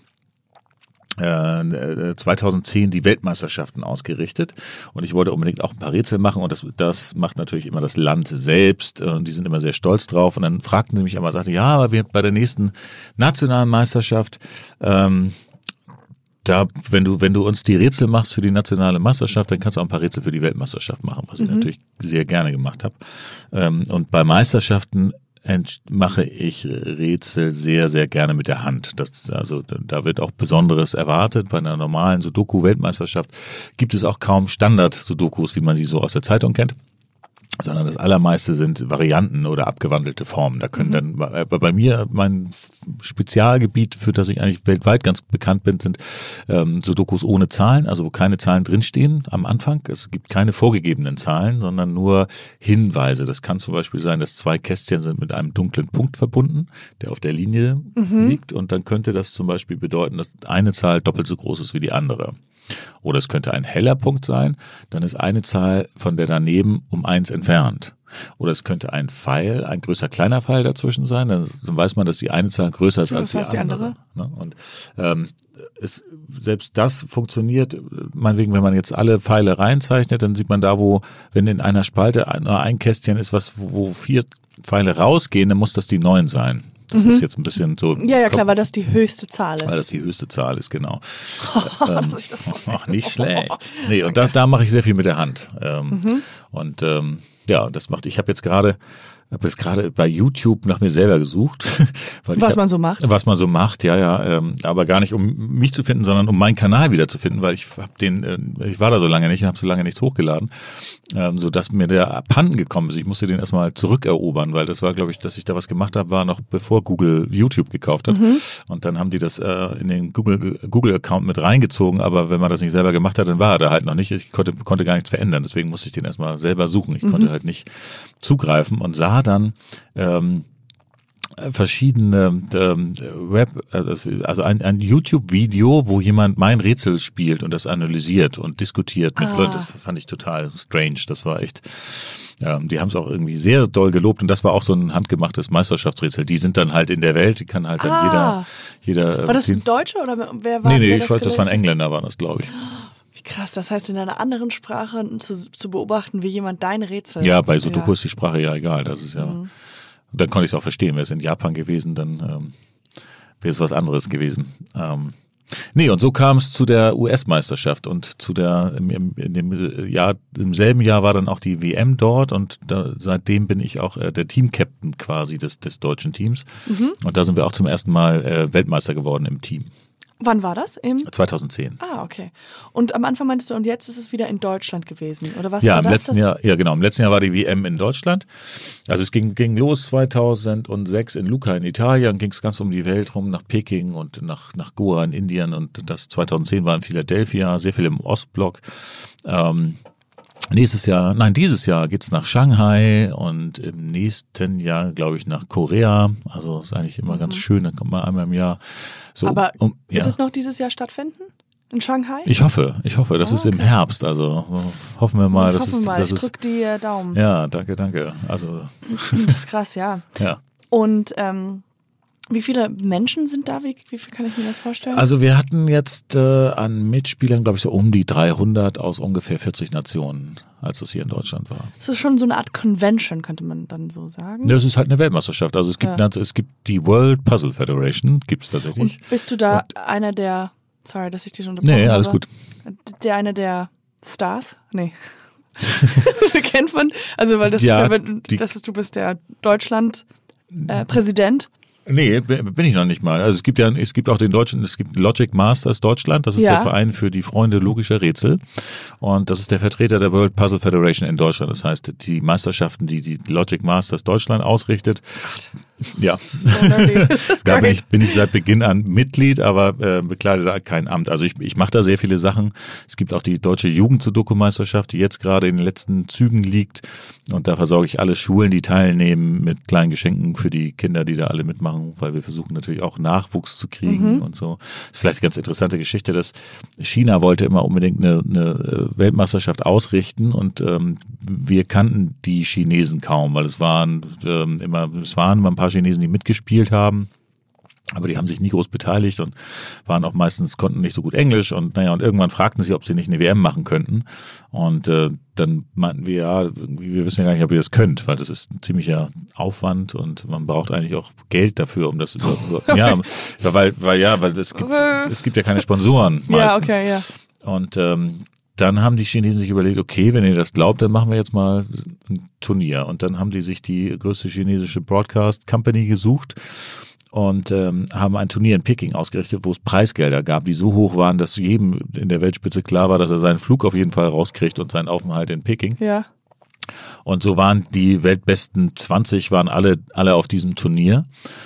äh, zweitausendzehn die Weltmeisterschaften ausgerichtet und ich wollte unbedingt auch ein paar Rätsel machen und das, das macht natürlich immer das Land selbst und die sind immer sehr stolz drauf und dann fragten sie mich aber, sagte, ja, aber wir bei der nächsten nationalen Meisterschaft ähm, da, wenn du, wenn du uns die Rätsel machst für die nationale Meisterschaft, dann kannst du auch ein paar Rätsel für die Weltmeisterschaft machen, was ich Mhm. natürlich sehr gerne gemacht habe. Ähm, und bei Meisterschaften ent- mache ich Rätsel sehr, sehr gerne mit der Hand. Das, also da wird auch Besonderes erwartet. Bei einer normalen Sudoku-Weltmeisterschaft gibt es auch kaum Standard-Sudokus, wie man sie so aus der Zeitung kennt. Sondern das allermeiste sind Varianten oder abgewandelte Formen. Da können dann, bei, bei mir, mein Spezialgebiet, für das ich eigentlich weltweit ganz bekannt bin, sind ähm, Sudokus ohne Zahlen, also wo keine Zahlen drinstehen am Anfang. Es gibt keine vorgegebenen Zahlen, sondern nur Hinweise. Das kann zum Beispiel sein, dass zwei Kästchen sind mit einem dunklen Punkt verbunden, der auf der Linie liegt. Und dann könnte das zum Beispiel bedeuten, dass eine Zahl doppelt so groß ist wie die andere. Oder es könnte ein heller Punkt sein, dann ist eine Zahl von der daneben um eins entfernt. Oder es könnte ein Pfeil, ein größer kleiner Pfeil dazwischen sein, dann weiß man, dass die eine Zahl größer ist Ja, als das heißt die die andere. andere. Ne? Und ähm, es, selbst das funktioniert, meinetwegen, wenn man jetzt alle Pfeile reinzeichnet, dann sieht man da, wo, wenn in einer Spalte nur ein Kästchen ist, was, wo vier Pfeile rausgehen, dann muss das die neun sein. Das ist jetzt ein bisschen so. Ja, ja, klar, weil das die höchste Zahl ist. Weil das die höchste Zahl ist, genau. Dass ich das Ach, nicht schlecht. Nee, und das, da mache ich sehr viel mit der Hand. Ähm, Und ähm, ja, das macht, ich habe jetzt gerade habe jetzt gerade bei YouTube nach mir selber gesucht. Weil was hab, man so macht. Was man so macht, ja, ja. Ähm, aber gar nicht, um mich zu finden, sondern um meinen Kanal wieder zu finden, weil ich hab den, äh, ich war da so lange nicht und habe so lange nichts hochgeladen, ähm, so dass mir der abhanden gekommen ist. Ich musste den erstmal zurückerobern, weil das war, glaube ich, dass ich da was gemacht habe, war noch bevor Google YouTube gekauft hat. Mhm. Und dann haben die das äh, in den Google Google-Account mit reingezogen, aber wenn man das nicht selber gemacht hat, dann war er da halt noch nicht. Ich konnte, konnte gar nichts verändern, deswegen musste ich den erstmal selber suchen. Ich mhm. konnte halt nicht zugreifen und sah dann ähm, verschiedene ähm, Web, also ein, ein YouTube-Video, wo jemand mein Rätsel spielt und das analysiert und diskutiert mit ah. Leuten. Das fand ich total strange. Das war echt, ähm, die haben es auch irgendwie sehr doll gelobt und das war auch so ein handgemachtes Meisterschaftsrätsel. Die sind dann halt in der Welt, die kann halt dann ah. jeder, jeder. War das ein Deutscher oder wer war Nee, nee, wer ich das weiß, das waren Engländer, waren das, glaube ich. Wie krass, das heißt in einer anderen Sprache zu, zu beobachten, wie jemand dein Rätsel. Ja, bei Sudoku ja. ist die Sprache ja egal. Das ist ja. Mhm. Dann konnte ich es auch verstehen. Wäre es in Japan gewesen, dann ähm, wäre es was anderes gewesen. Ähm, nee, und so kam es zu der U S-Meisterschaft und zu der im, im, in dem Jahr, im selben Jahr war dann auch die W M dort und da, seitdem bin ich auch äh, der Team-Captain quasi des, des deutschen Teams. Mhm. Und da sind wir auch zum ersten Mal äh, Weltmeister geworden im Team. Wann war das? Im zweitausendzehn. Ah, okay. Und am Anfang meintest du, und jetzt ist es wieder in Deutschland gewesen, oder was ja, war im das? Letzten Jahr, ja, genau. Im letzten Jahr war die W M in Deutschland. Also es ging, ging los zweitausendsechs in Lucca in Italien, ging es ganz um die Welt rum, nach Peking und nach, nach Goa in Indien und das zweitausendzehn war in Philadelphia, sehr viel im Ostblock. Ähm, Nächstes Jahr, nein, dieses Jahr geht's nach Shanghai und im nächsten Jahr, glaube ich, nach Korea. Also ist eigentlich immer mhm. ganz schön, dann kommt man einmal im Jahr. So, Aber um, ja. wird es noch dieses Jahr stattfinden? In Shanghai? Ich hoffe, ich hoffe, das oh, okay. ist im Herbst. Also hoffen wir mal. Das dass hoffen es, wir mal. dass Ich es, drück die äh, Daumen. Ja, danke, danke. Also das ist krass, ja. Ja. Und ähm, wie viele Menschen sind da? Wie, wie viel kann ich mir das vorstellen? Also wir hatten jetzt äh, an Mitspielern, glaube ich, so um die dreihundert aus ungefähr vierzig Nationen, als es hier in Deutschland war. Das ist schon so eine Art Convention, könnte man dann so sagen. Das ist halt eine Weltmeisterschaft. Also es gibt, ja. es gibt die World Puzzle Federation, gibt es tatsächlich. Und bist du da Und, einer der, sorry, dass ich dich unterbrochen habe. Nee, alles habe, gut. Der einer der Stars? Nee. Kennt man? Also weil das ja, ist ja, die, das ist, du bist der Deutschland äh, Präsident. Nee, bin ich noch nicht mal. Also es gibt ja, es gibt auch den deutschen, es gibt Logic Masters Deutschland, das ist ja. der Verein für die Freunde logischer Rätsel und das ist der Vertreter der World Puzzle Federation in Deutschland. Das heißt, die Meisterschaften, die die Logic Masters Deutschland ausrichtet. Gott. Ja, so da bin ich, bin ich seit Beginn an Mitglied, aber äh, bekleide da kein Amt. Also ich, ich mache da sehr viele Sachen. Es gibt auch die Deutsche Jugend-Sudoku-Meisterschaft, die jetzt gerade in den letzten Zügen liegt und da versorge ich alle Schulen, die teilnehmen, mit kleinen Geschenken für die Kinder, die da alle mitmachen, weil wir versuchen natürlich auch Nachwuchs zu kriegen mhm. und so. Das ist vielleicht eine ganz interessante Geschichte, dass China wollte immer unbedingt eine, eine Weltmeisterschaft ausrichten und ähm, wir kannten die Chinesen kaum, weil es waren ähm, immer, es waren immer ein paar Chinesen, die mitgespielt haben. Aber die haben sich nie groß beteiligt und waren auch meistens, konnten nicht so gut Englisch und naja, und irgendwann fragten sie, ob sie nicht eine W M machen könnten. Und äh, dann meinten wir, ja, wir wissen ja gar nicht, ob ihr das könnt, weil das ist ein ziemlicher Aufwand und man braucht eigentlich auch Geld dafür, um das überhaupt, ja, weil, weil ja, weil es gibt, es gibt ja keine Sponsoren meistens. Ja, okay, ja. Und ähm, dann haben die Chinesen sich überlegt, okay, wenn ihr das glaubt, dann machen wir jetzt mal ein Turnier. Und dann haben die sich die größte chinesische Broadcast Company gesucht und ähm, haben ein Turnier in Peking ausgerichtet, wo es Preisgelder gab, die so hoch waren, dass jedem in der Weltspitze klar war, dass er seinen Flug auf jeden Fall rauskriegt und seinen Aufenthalt in Peking. Ja. Und so waren die weltbesten zwanzig, waren alle, alle auf diesem Turnier.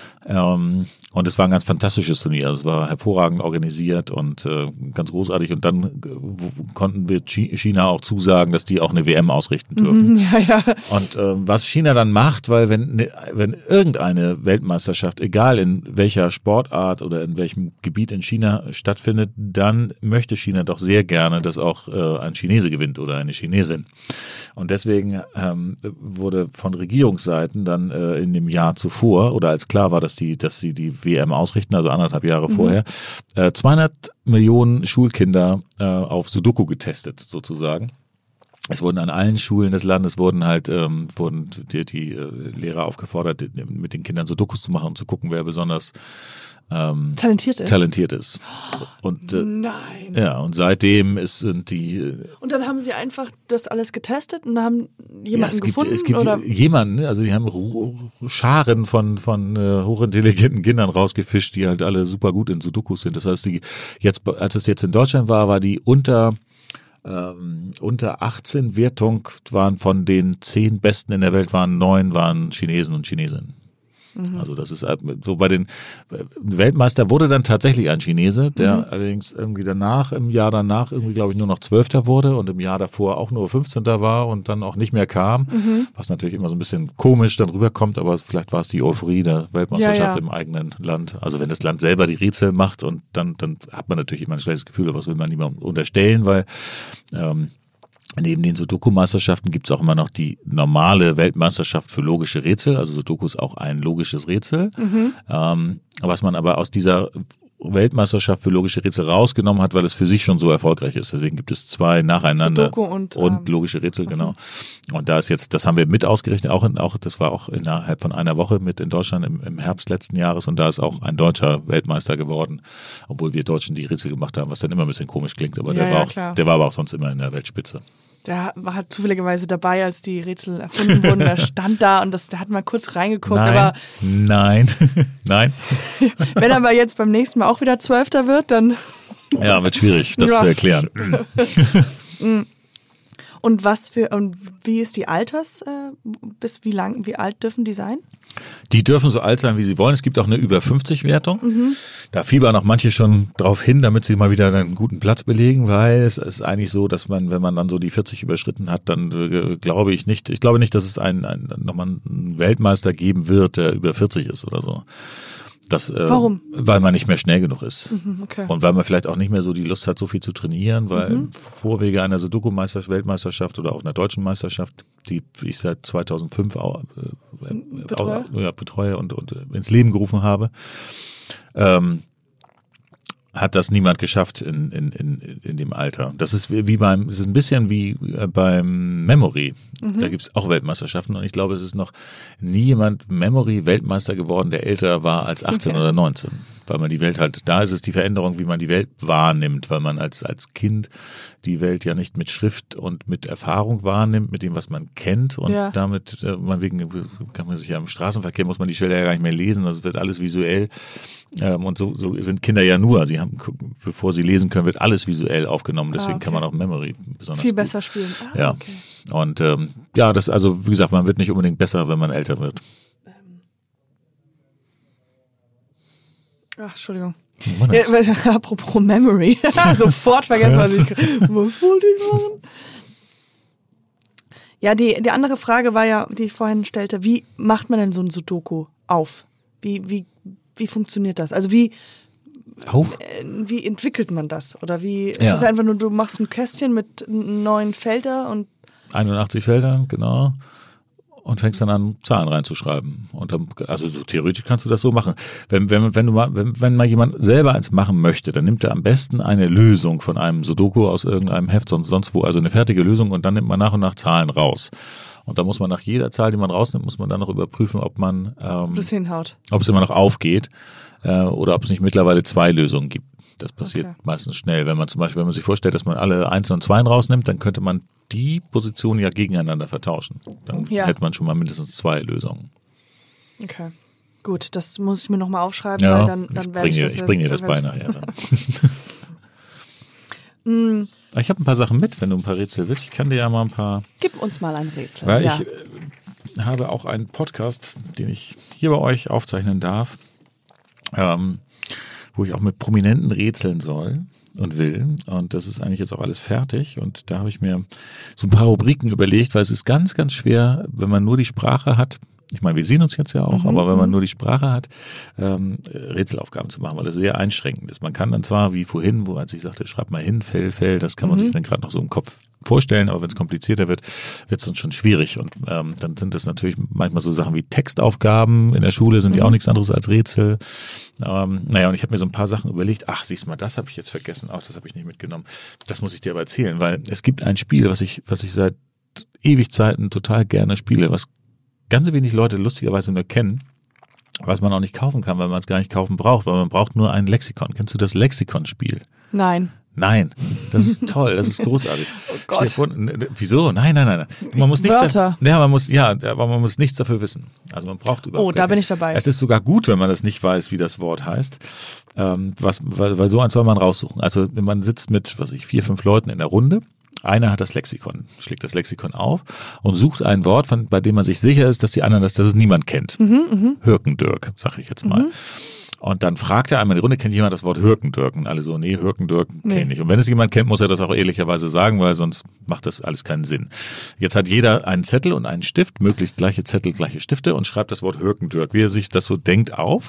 Ähm, und es war ein ganz fantastisches Turnier. Es war hervorragend organisiert und äh, ganz großartig. Und dann äh, konnten wir China auch zusagen, dass die auch eine W M ausrichten dürfen. Mhm, ja, ja. Und äh, was China dann macht, weil wenn, wenn irgendeine Weltmeisterschaft, egal in welcher Sportart oder in welchem Gebiet in China stattfindet, dann möchte China doch sehr gerne, dass auch äh, ein Chinese gewinnt oder eine Chinesin. Und deswegen ähm, wurde von Regierungsseiten dann äh, in dem Jahr zuvor oder als klar war, dass die, dass sie die W M ausrichten, also anderthalb Jahre mhm. vorher, äh, zweihundert Millionen Schulkinder äh, auf Sudoku getestet sozusagen. Es wurden an allen Schulen des Landes wurden halt ähm, wurden die, die äh, Lehrer aufgefordert, mit den Kindern Sudokus zu machen und zu gucken, wer besonders ähm, talentiert ist. Talentiert ist. Und, äh, Nein. Ja, und seitdem ist, sind die. Äh, und dann haben sie einfach das alles getestet und haben jemanden ja, es gibt, gefunden? Es gibt oder? jemanden, also die haben Scharen von, von äh, hochintelligenten Kindern rausgefischt, die halt alle super gut in Sudokus sind. Das heißt, die jetzt, als es jetzt in Deutschland war, war die unter Ähm, unter achtzehn Wertung waren von den zehn Besten in der Welt waren neun waren Chinesen und Chinesinnen. Mhm. Also das ist so bei den Weltmeister wurde dann tatsächlich ein Chinese, der mhm. allerdings irgendwie danach, im Jahr danach irgendwie glaube ich nur noch Zwölfter wurde und im Jahr davor auch nur fünfzehnter war und dann auch nicht mehr kam, mhm. was natürlich immer so ein bisschen komisch dann rüberkommt, aber vielleicht war es die Euphorie der Weltmeisterschaft ja, ja. im eigenen Land. Also wenn das Land selber die Rätsel macht und dann, dann hat man natürlich immer ein schlechtes Gefühl, aber das will man niemandem unterstellen, weil ähm, neben den Sudoku-Meisterschaften gibt es auch immer noch die normale Weltmeisterschaft für logische Rätsel. Also Sudoku ist auch ein logisches Rätsel. Mhm. Ähm, was man aber aus dieser Weltmeisterschaft für logische Rätsel rausgenommen hat, weil es für sich schon so erfolgreich ist. Deswegen gibt es zwei nacheinander. Sudoku und, und ähm, logische Rätsel, mhm. genau. Und da ist jetzt, das haben wir mit ausgerechnet, auch, in, auch das war auch innerhalb von einer Woche mit in Deutschland im, im Herbst letzten Jahres und da ist auch ein Deutscher Weltmeister geworden, obwohl wir Deutschen die Rätsel gemacht haben, was dann immer ein bisschen komisch klingt, aber ja, der, ja, war auch, klar. der war aber auch sonst immer in der Weltspitze. Der war halt zufälligerweise dabei, als die Rätsel erfunden wurden. Der stand da und das, der hat mal kurz reingeguckt. Nein, aber nein, nein. Wenn er aber jetzt beim nächsten Mal auch wieder Zwölfter wird, dann... Ja, wird schwierig, das ja. zu erklären. Und was für, und wie ist die Alters, äh, bis wie lang, wie alt dürfen die sein? Die dürfen so alt sein, wie sie wollen. Es gibt auch eine über fünfzig Wertung. Mhm. Da fiebern auch manche schon drauf hin, damit sie mal wieder einen guten Platz belegen, weil es ist eigentlich so, dass man, wenn man dann so die vierzig überschritten hat, dann äh, glaube ich nicht, ich glaube nicht, dass es einen, einen, nochmal einen Weltmeister geben wird, der über vierzig ist oder so. Das, äh, Warum? Weil man nicht mehr schnell genug ist. Mhm, okay. Und weil man vielleicht auch nicht mehr so die Lust hat, so viel zu trainieren, weil mhm. im Vorwege einer Sudoku-Weltmeisterschaft oder auch einer deutschen Meisterschaft, die ich seit zweitausendfünf auch, äh, betreue, auch, ja, betreue und, und ins Leben gerufen habe, ähm, hat das niemand geschafft in, in, in, in dem Alter. Das ist wie beim, es ist ein bisschen wie beim Memory. Mhm. Da gibt es auch Weltmeisterschaften und ich glaube, es ist noch nie jemand Memory-Weltmeister geworden, der älter war als achtzehn okay. oder neunzehn. Weil man die Welt halt, da ist es die Veränderung, wie man die Welt wahrnimmt, weil man als, als Kind die Welt ja nicht mit Schrift und mit Erfahrung wahrnimmt, mit dem, was man kennt und ja. damit, man wegen, kann man sich ja im Straßenverkehr, muss man die Schilder ja gar nicht mehr lesen, das wird alles visuell. Und so, so sind Kinder ja nur, sie haben, bevor sie lesen können, wird alles visuell aufgenommen, deswegen ah, okay. kann man auch Memory besonders viel gut. besser spielen. Ah, ja. Okay. Und ähm, ja, das, also wie gesagt, man wird nicht unbedingt besser, wenn man älter wird. Ach, Entschuldigung. Ja, apropos Memory. Sofort vergessen, was ich was wollte ich machen? Ja, die, die andere Frage war ja, die ich vorhin stellte, wie macht man denn so ein Sudoku auf? Wie, wie, wie funktioniert das? Also wie, auf? Äh, wie entwickelt man das? Oder wie, ist ja. es einfach nur, du machst ein Kästchen mit neun Felder und einundachtzig Felder, genau. Und fängst dann an, Zahlen reinzuschreiben. Und dann, also so theoretisch kannst du das so machen. Wenn, wenn, wenn du mal, wenn, wenn mal jemand selber eins machen möchte, dann nimmt er am besten eine Lösung von einem Sudoku aus irgendeinem Heft, sonst, sonst wo, also eine fertige Lösung und dann nimmt man nach und nach Zahlen raus. Und da muss man nach jeder Zahl, die man rausnimmt, muss man dann noch überprüfen, ob man, ähm, das hinhaut. Ob es immer noch aufgeht, äh, oder ob es nicht mittlerweile zwei Lösungen gibt. Das passiert okay. meistens schnell. Wenn man zum Beispiel, wenn man sich vorstellt, dass man alle Eins und Zweien rausnimmt, dann könnte man die Positionen ja gegeneinander vertauschen. Dann ja. hätte man schon mal mindestens zwei Lösungen. Okay. Gut, das muss ich mir nochmal aufschreiben, ja, weil dann, dann werde ich das... Ich bringe dir das bei nachher dann. mm. Ich habe ein paar Sachen mit, wenn du ein paar Rätsel willst. Ich kann dir ja mal ein paar... Gib uns mal ein Rätsel. Weil ja. ich äh, habe auch einen Podcast, den ich hier bei euch aufzeichnen darf, ähm, wo ich auch mit Prominenten rätseln soll und will. Und das ist eigentlich jetzt auch alles fertig. Und da habe ich mir so ein paar Rubriken überlegt, weil es ist ganz, ganz schwer, wenn man nur die Sprache hat, ich meine, wir sehen uns jetzt ja auch, Mhm, aber wenn man mhm. nur die Sprache hat, ähm, Rätselaufgaben zu machen, weil das sehr einschränkend ist. Man kann dann zwar, wie vorhin, wo als ich sagte, schreib mal hin, Fell, Fell, das kann man Mhm. sich dann gerade noch so im Kopf vorstellen, aber wenn es komplizierter wird, wird es dann schon schwierig. Und ähm, dann sind das natürlich manchmal so Sachen wie Textaufgaben in der Schule, sind die Mhm. auch nichts anderes als Rätsel. Ähm, naja, und ich habe mir so ein paar Sachen überlegt, ach, siehst mal, das habe ich jetzt vergessen, auch das habe ich nicht mitgenommen. Das muss ich dir aber erzählen, weil es gibt ein Spiel, was ich, was ich seit ewig Zeiten total gerne spiele, was ganz wenig Leute lustigerweise nur kennen, was man auch nicht kaufen kann, weil man es gar nicht kaufen braucht, weil man braucht nur ein Lexikon. Kennst du das Lexikon-Spiel? Nein. Nein, das ist toll, das ist großartig. Oh Gott. Stell dir vor, n- wieso? Nein, nein, nein, nein. Man muss nichts Wörter. Da, ja, man muss, ja, aber man muss nichts dafür wissen. Also man braucht überhaupt Oh, da keine- bin ich dabei. Es ist sogar gut, wenn man das nicht weiß, wie das Wort heißt. Ähm, was, weil, weil so eins soll man raussuchen. Also man sitzt mit, was weiß ich, vier, fünf Leuten in der Runde. Einer hat das Lexikon, schlägt das Lexikon auf und sucht ein Wort, von, bei dem man sich sicher ist, dass die anderen das, dass es niemand kennt. Mhm, Hürkendirk, sag ich jetzt mal. Und dann fragt er einmal in die Runde, kennt jemand das Wort Hürkendirk? Und alle so, nee, Hürkendirk Nee. kenne ich. Und wenn es jemand kennt, muss er das auch ehrlicherweise sagen, weil sonst macht das alles keinen Sinn. Jetzt hat jeder einen Zettel und einen Stift, möglichst gleiche Zettel, gleiche Stifte und schreibt das Wort Hürkendirk, wie er sich das so denkt, auf.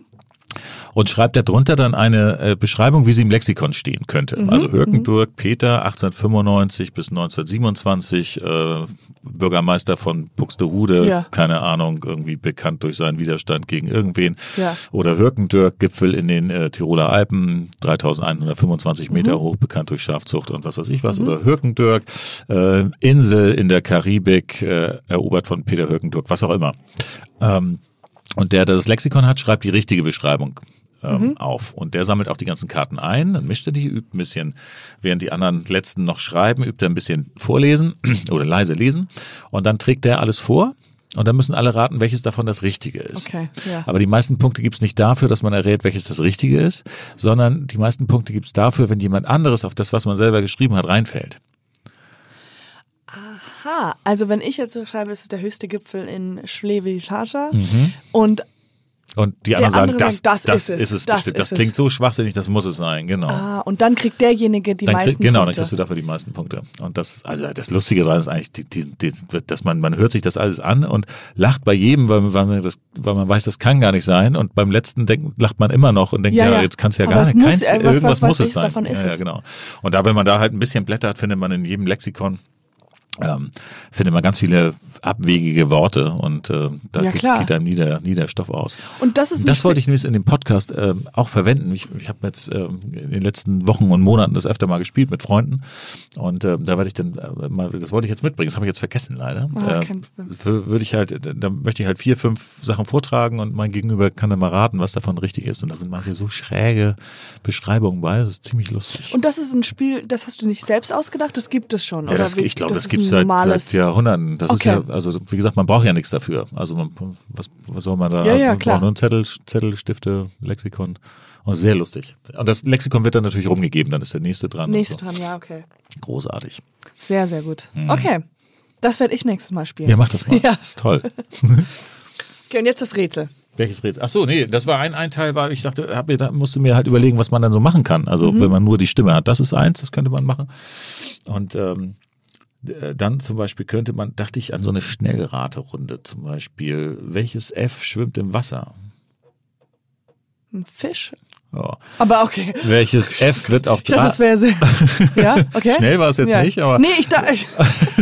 Und schreibt darunter dann eine äh, Beschreibung, wie sie im Lexikon stehen könnte. Mhm, Also Hürkendirk, Peter, achtzehnhundertfünfundneunzig bis neunzehnhundertsiebenundzwanzig, äh, Bürgermeister von Buxtehude, Ja. keine Ahnung, irgendwie bekannt durch seinen Widerstand gegen irgendwen. Ja. Oder Hürkendirk, Gipfel in den äh, Tiroler Alpen, dreitausendeinhundertfünfundzwanzig Meter hoch, bekannt durch Schafzucht und was weiß ich was. Oder Hürkendirk, äh, Insel in der Karibik, äh, erobert von Peter Hürkendirk, was auch immer. Ähm, Und der, der das Lexikon hat, schreibt die richtige Beschreibung ähm, auf. Und der sammelt auch die ganzen Karten ein, dann mischt er die, übt ein bisschen, während die anderen letzten noch schreiben, übt er ein bisschen vorlesen oder leise lesen. Und dann trägt der alles vor. Und dann müssen alle raten, welches davon das Richtige ist. Okay, ja. Aber die meisten Punkte gibt's nicht dafür, dass man errät, welches das Richtige ist, sondern die meisten Punkte gibt's dafür, wenn jemand anderes auf das, was man selber geschrieben hat, reinfällt. Aha, also wenn ich jetzt so schreibe, ist es der höchste Gipfel in Schleswig-Holstein Mhm. und Und die Der anderen sagen, andere das, sagt, das das ist es, ist es das bestimmt. Das ist es. klingt so schwachsinnig, das muss es sein, genau. ah, und dann kriegt derjenige die Dann krieg, meisten genau, Punkte. dann kriegst du dafür die meisten Punkte. Und das, also das Lustige daran ist eigentlich, die, die, die, dass man, man hört sich das alles an und lacht bei jedem, weil, weil, man, das, weil man weiß, das kann gar nicht sein. Und beim letzten denkt, lacht man immer noch und denkt, Ja, ja, ja. jetzt kann es ja Aber gar es nicht. muss- Keins, äh, was- irgendwas was- was muss es welches sein. davon ist ja, ja, es? genau. Und da, wenn man da halt ein bisschen blättert, findet man in jedem Lexikon ähm, findet man ganz viele abwegige Worte und äh, da Ja, geht, klar. geht einem nie der, nie der Stoff aus. Und das ist ein Das Spiel- wollte ich nämlich in dem Podcast ähm, auch verwenden. Ich, ich habe jetzt ähm, in den letzten Wochen und Monaten das öfter mal gespielt mit Freunden und ähm, da werde ich dann äh, mal, das wollte ich jetzt mitbringen, das habe ich jetzt vergessen leider. Ah, äh, kein Problem. w- würde ich halt, da möchte ich halt vier, fünf Sachen vortragen und mein Gegenüber kann dann mal raten, was davon richtig ist. Und da sind manche so schräge Beschreibungen bei, das ist ziemlich lustig. Und das ist ein Spiel, das hast du nicht selbst ausgedacht, das gibt es schon. Ja, oder das, wie, ich glaube, das, ist gibt es ein seit, normales. seit Jahrhunderten. Das Okay. ist ja, also wie gesagt, man braucht ja nichts dafür. Also man, was, was soll man da? Ja, also ja, man klar. braucht nur einen Zettel, Zettel, Stifte, Lexikon. Und sehr lustig. Und das Lexikon wird dann natürlich rumgegeben, dann ist der nächste dran. Nächste und so. dran, ja, okay. Großartig. Sehr, sehr gut. Okay, das werde ich nächstes Mal spielen. Mhm. Ja, mach das mal. Ja. Das ist toll. Okay, und jetzt das Rätsel. Welches Rätsel? Ach so, nee, das war ein, ein Teil, war, ich dachte, hab mir, da musste mir halt überlegen, was man dann so machen kann. Also Mhm. wenn man nur die Stimme hat, das ist eins, das könnte man machen. Und ähm, d- dann zum Beispiel könnte man, dachte ich an so eine Schnellraterunde zum Beispiel, welches F schwimmt im Wasser? Ein Fisch? Ja. Aber okay. Welches F wird auch Ich dachte, das wäre sehr. Ja, okay. Schnell war es jetzt ja. nicht, aber Nee, ich dachte. Ich,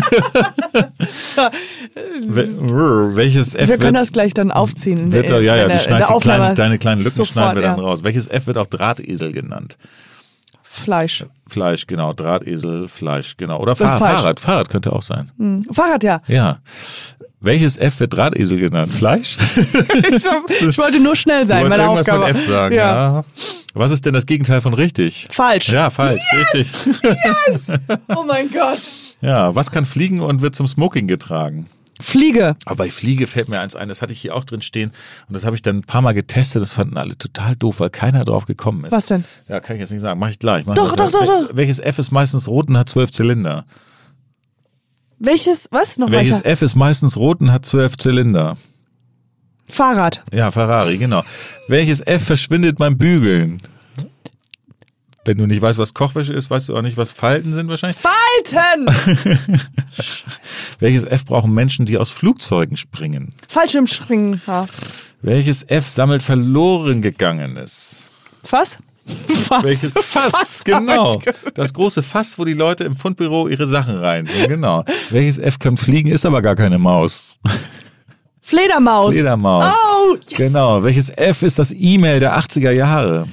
we- welches F wir können wird, das gleich dann aufziehen. In wird der, auch, ja, ja, in die der, in schneid, der die Aufnahme. kleinen, deine kleinen Lücken Sofort, schneiden wir dann ja. raus. Welches F wird auch Drahtesel genannt? Fleisch. Fleisch, genau. Drahtesel, Fleisch, genau. Oder Das ist Fahr falsch. Fahrrad. Fahrrad könnte auch sein. Hm. Fahrrad, ja. Ja. Welches F wird Drahtesel genannt? Fleisch? Ich, hab, ich wollte nur schnell sein, Du meine wolltest Aufgabe. irgendwas mit F sagen, ja. ja. Was ist denn das Gegenteil von richtig? Falsch. Ja, falsch, richtig. Oh mein Gott. Ja, was kann fliegen und wird zum Smoking getragen? Fliege. Aber bei Fliege fällt mir eins ein, das hatte ich hier auch drin stehen und das habe ich dann ein paar Mal getestet, das fanden alle total doof, weil keiner drauf gekommen ist. Was denn? Ja, kann ich jetzt nicht sagen, mache ich gleich. Mach Doch, ich doch, gleich. doch, doch. Welches F ist meistens rot und hat zwölf Zylinder? Welches? Was? Noch Welches weiter. F ist meistens rot und hat zwölf Zylinder? Fahrrad. Ja, Ferrari, genau. Welches F verschwindet beim Bügeln? Wenn du nicht weißt, was Kochwäsche ist, weißt du auch nicht, was Falten sind wahrscheinlich. Falten! Welches F brauchen Menschen, die aus Flugzeugen springen? Fallschirmspringen. Ja. Welches F sammelt verloren gegangenes? Was? Fass. Welches Fass? Fass Genau. Das große Fass, wo die Leute im Fundbüro ihre Sachen reintun. Genau. Welches F kann fliegen, ist aber gar keine Maus. Fledermaus. Fledermaus. Oh, yes. Genau. Welches F ist das E-Mail der achtziger Jahre?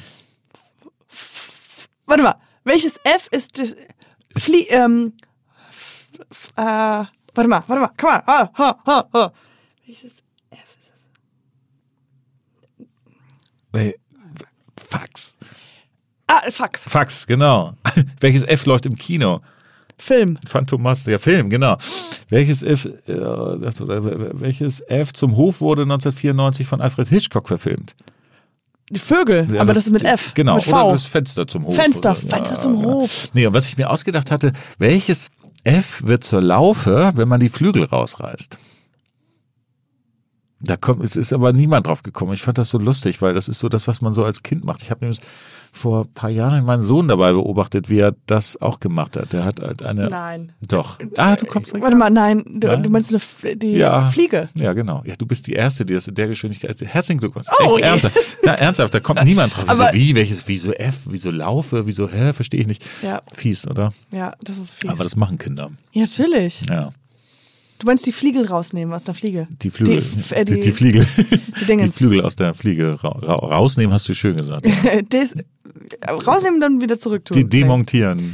Warte mal. Welches F ist das Flie ähm f, f, äh, warte mal, warte mal. Come on. Ha, ha, ha, ha. Welches F ist Wel- Fax. das? Ah, Fax. Fax, genau. Welches F läuft im Kino? Film. Phantomas, ja, Film, genau. Welches F, äh, das, oder, welches F zum Hof wurde neunzehnhundertvierundneunzig von Alfred Hitchcock verfilmt? Die Vögel, Ja, aber das ist mit F. Genau, Mit V. oder das Fenster zum Hof. Fenster, oder, Fenster ja, zum genau. Hof. Nee, und was ich mir ausgedacht hatte, welches F wird zur Laufe, wenn man die Flügel rausreißt? Da kommt, es ist aber niemand drauf gekommen. Ich fand das so lustig, weil das ist so das, was man so als Kind macht. Ich habe nämlich vor ein paar Jahren meinen Sohn dabei beobachtet, wie er das auch gemacht hat. Der hat halt eine... Nein. Doch. Ah, du kommst direkt. Warte mal, nein, du, Nein? du meinst eine, F- die Ja. Fliege. Ja, genau. Ja, du bist die Erste, die das in der Geschwindigkeit... Herzlichen Glückwunsch. Oh, Echt ernsthaft. yes. Ja, ernsthaft, da kommt niemand drauf. Aber- Wieso, wie, welches, wieso F, wieso Laufe, wieso, hä, verstehe ich nicht. Ja. Fies, oder? Ja, das ist fies. Aber das machen Kinder. Ja, natürlich. Ja. Du meinst die Fliegel rausnehmen aus der Fliege? Die Flügel. Die, F- äh, die, die, die Fliegel. die Dingens. Die Flügel aus der Fliege ra ra rausnehmen, hast du schön gesagt. Das, rausnehmen und dann wieder zurücktun. Die demontieren.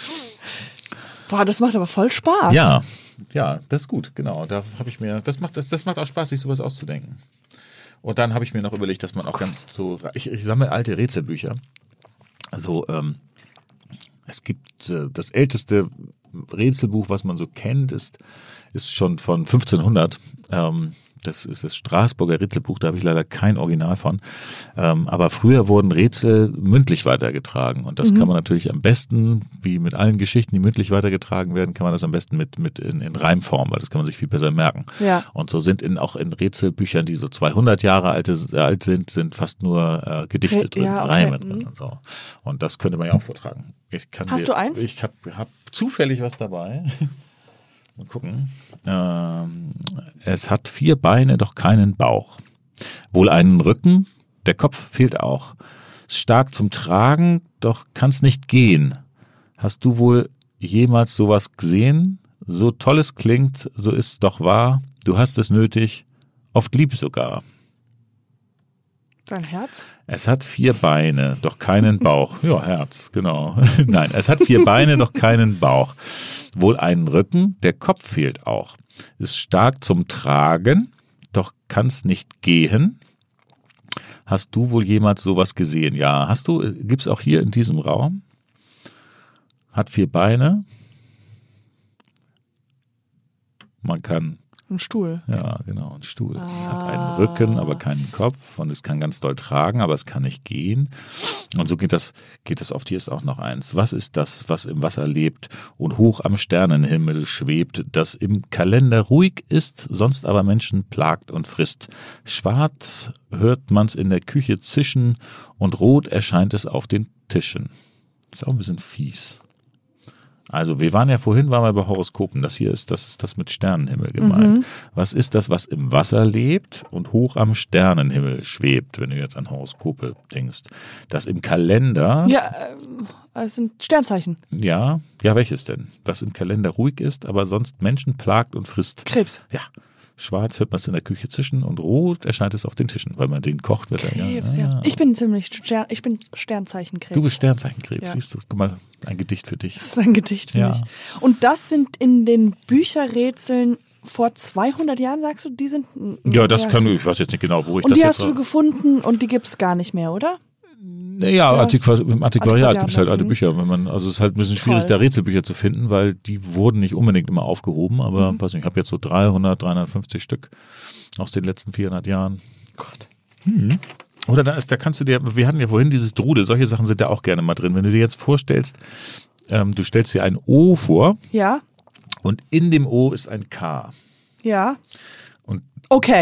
Boah, das macht aber voll Spaß. Ja, ja, das ist gut, genau. Da habe ich mir, das macht, das, das macht auch Spaß, sich sowas auszudenken. Und dann habe ich mir noch überlegt, dass man auch ganz so, ich, ich sammle alte Rätselbücher. Also ähm, es gibt äh, das älteste Rätselbuch, was man so kennt, ist, ist schon von fünfzehnhundert. Ähm, das ist das Straßburger Rätselbuch, da habe ich leider kein Original von. Ähm, aber früher wurden Rätsel mündlich weitergetragen. Und das mhm. kann man natürlich am besten, wie mit allen Geschichten, die mündlich weitergetragen werden, kann man das am besten mit, mit in, in Reimform, weil das kann man sich viel besser merken. Ja. Und so sind in, auch in Rätselbüchern, die so zweihundert Jahre alt, alt sind, sind fast nur äh, Gedichte Re- drin, ja, okay. Reime drin Mhm. und so. Und das könnte man ja auch vortragen. Ich kann Hast dir, du eins? Ich habe hab zufällig was dabei. Mal gucken. Ähm, es hat vier Beine, doch keinen Bauch. Wohl einen Rücken, der Kopf fehlt auch. Ist stark zum Tragen, doch kann's nicht gehen. Hast du wohl jemals sowas gesehen? So toll es klingt, so ist's doch wahr. Du hast es nötig, oft lieb sogar. Dein Herz? Es hat vier Beine, doch keinen Bauch. Ja, Herz, genau. Nein, es hat vier Beine, doch keinen Bauch. Wohl einen Rücken, der Kopf fehlt auch. Ist stark zum Tragen, doch kann's nicht gehen. Hast du wohl jemals sowas gesehen? Ja, hast du, gibt's auch hier in diesem Raum. Hat vier Beine. Man kann Ein Stuhl. Ja, genau, ein Stuhl. Ah. Es hat einen Rücken, aber keinen Kopf und es kann ganz doll tragen, aber es kann nicht gehen. Und so geht das, geht das oft. Hier ist auch noch eins. Was ist das, was im Wasser lebt und hoch am Sternenhimmel schwebt, das im Kalender ruhig ist, sonst aber Menschen plagt und frisst? Schwarz hört man's in der Küche zischen und rot erscheint es auf den Tischen. Ist auch ein bisschen fies. Also wir waren ja vorhin, waren wir bei Horoskopen. Das hier ist, das ist das mit Sternenhimmel gemeint. Mhm. Was ist das, was im Wasser lebt und hoch am Sternenhimmel schwebt, wenn du jetzt an Horoskope denkst? Das im Kalender... Ja, äh, es sind Sternzeichen. Ja, ja, welches denn? Was im Kalender ruhig ist, aber sonst Menschen plagt und frisst. Krebs. Ja. Schwarz hört man es in der Küche zischen und rot erscheint es auf den Tischen, weil man den kocht. Wird Krebs, er, ja. ja. Ich bin ziemlich Stern, ich bin Sternzeichen Krebs. Du bist Sternzeichen Krebs, Ja. siehst du. Guck mal, ein Gedicht für dich. Das ist ein Gedicht für Ja. mich. Und das sind in den Bücherrätseln vor zweihundert Jahren, sagst du, die sind... Ja, das kann, du. ich weiß jetzt nicht genau, wo ich Und das die jetzt... hast du gefunden und die gibt's gar nicht mehr, oder? Naja, Ja. Antiqua im Antiquariat gibt es halt alte Mhm. Bücher. Wenn man, also es ist halt ein bisschen schwierig, Toll. da Rätselbücher zu finden, weil die wurden nicht unbedingt immer aufgehoben, aber Mhm. weiß nicht, ich habe jetzt so dreihundert, dreihundertfünfzig Stück aus den letzten vierhundert Jahren. Gott. Hm. Oder da ist, da kannst du dir, wir hatten ja vorhin dieses Drudel, solche Sachen sind da auch gerne mal drin. Wenn du dir jetzt vorstellst, ähm, du stellst dir ein O vor Ja, und in dem O ist ein K. ja. Und Okay.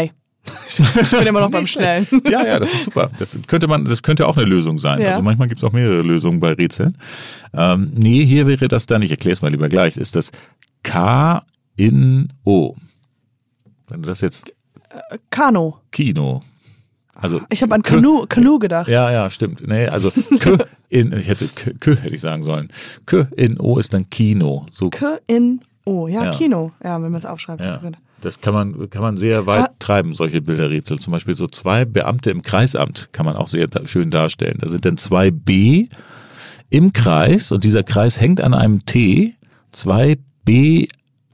Ich bin immer noch beim Schnellen. Ja, ja, das ist super. Das könnte man, das könnte auch eine Lösung sein. Ja. Also manchmal gibt es auch mehrere Lösungen bei Rätseln. Ähm, nee, hier wäre das dann, ich erkläre es mal lieber gleich, ist das K in O. Wenn du das jetzt Kano. Kino. Also Ich habe an K- Kanu, Kanu gedacht. Ja, ja, stimmt. Nee, also K in, ich hätte K, K hätte ich sagen sollen. K in O ist dann Kino. So, K in O. Ja, Ja. Kino. Ja, wenn man es aufschreibt. ja. ist gut. Das kann man, kann man sehr weit Ah. treiben, solche Bilderrätsel. Zum Beispiel so zwei Beamte im Kreisamt kann man auch sehr da, schön darstellen. Da sind dann zwei B im Kreis und dieser Kreis hängt an einem T. Zwei B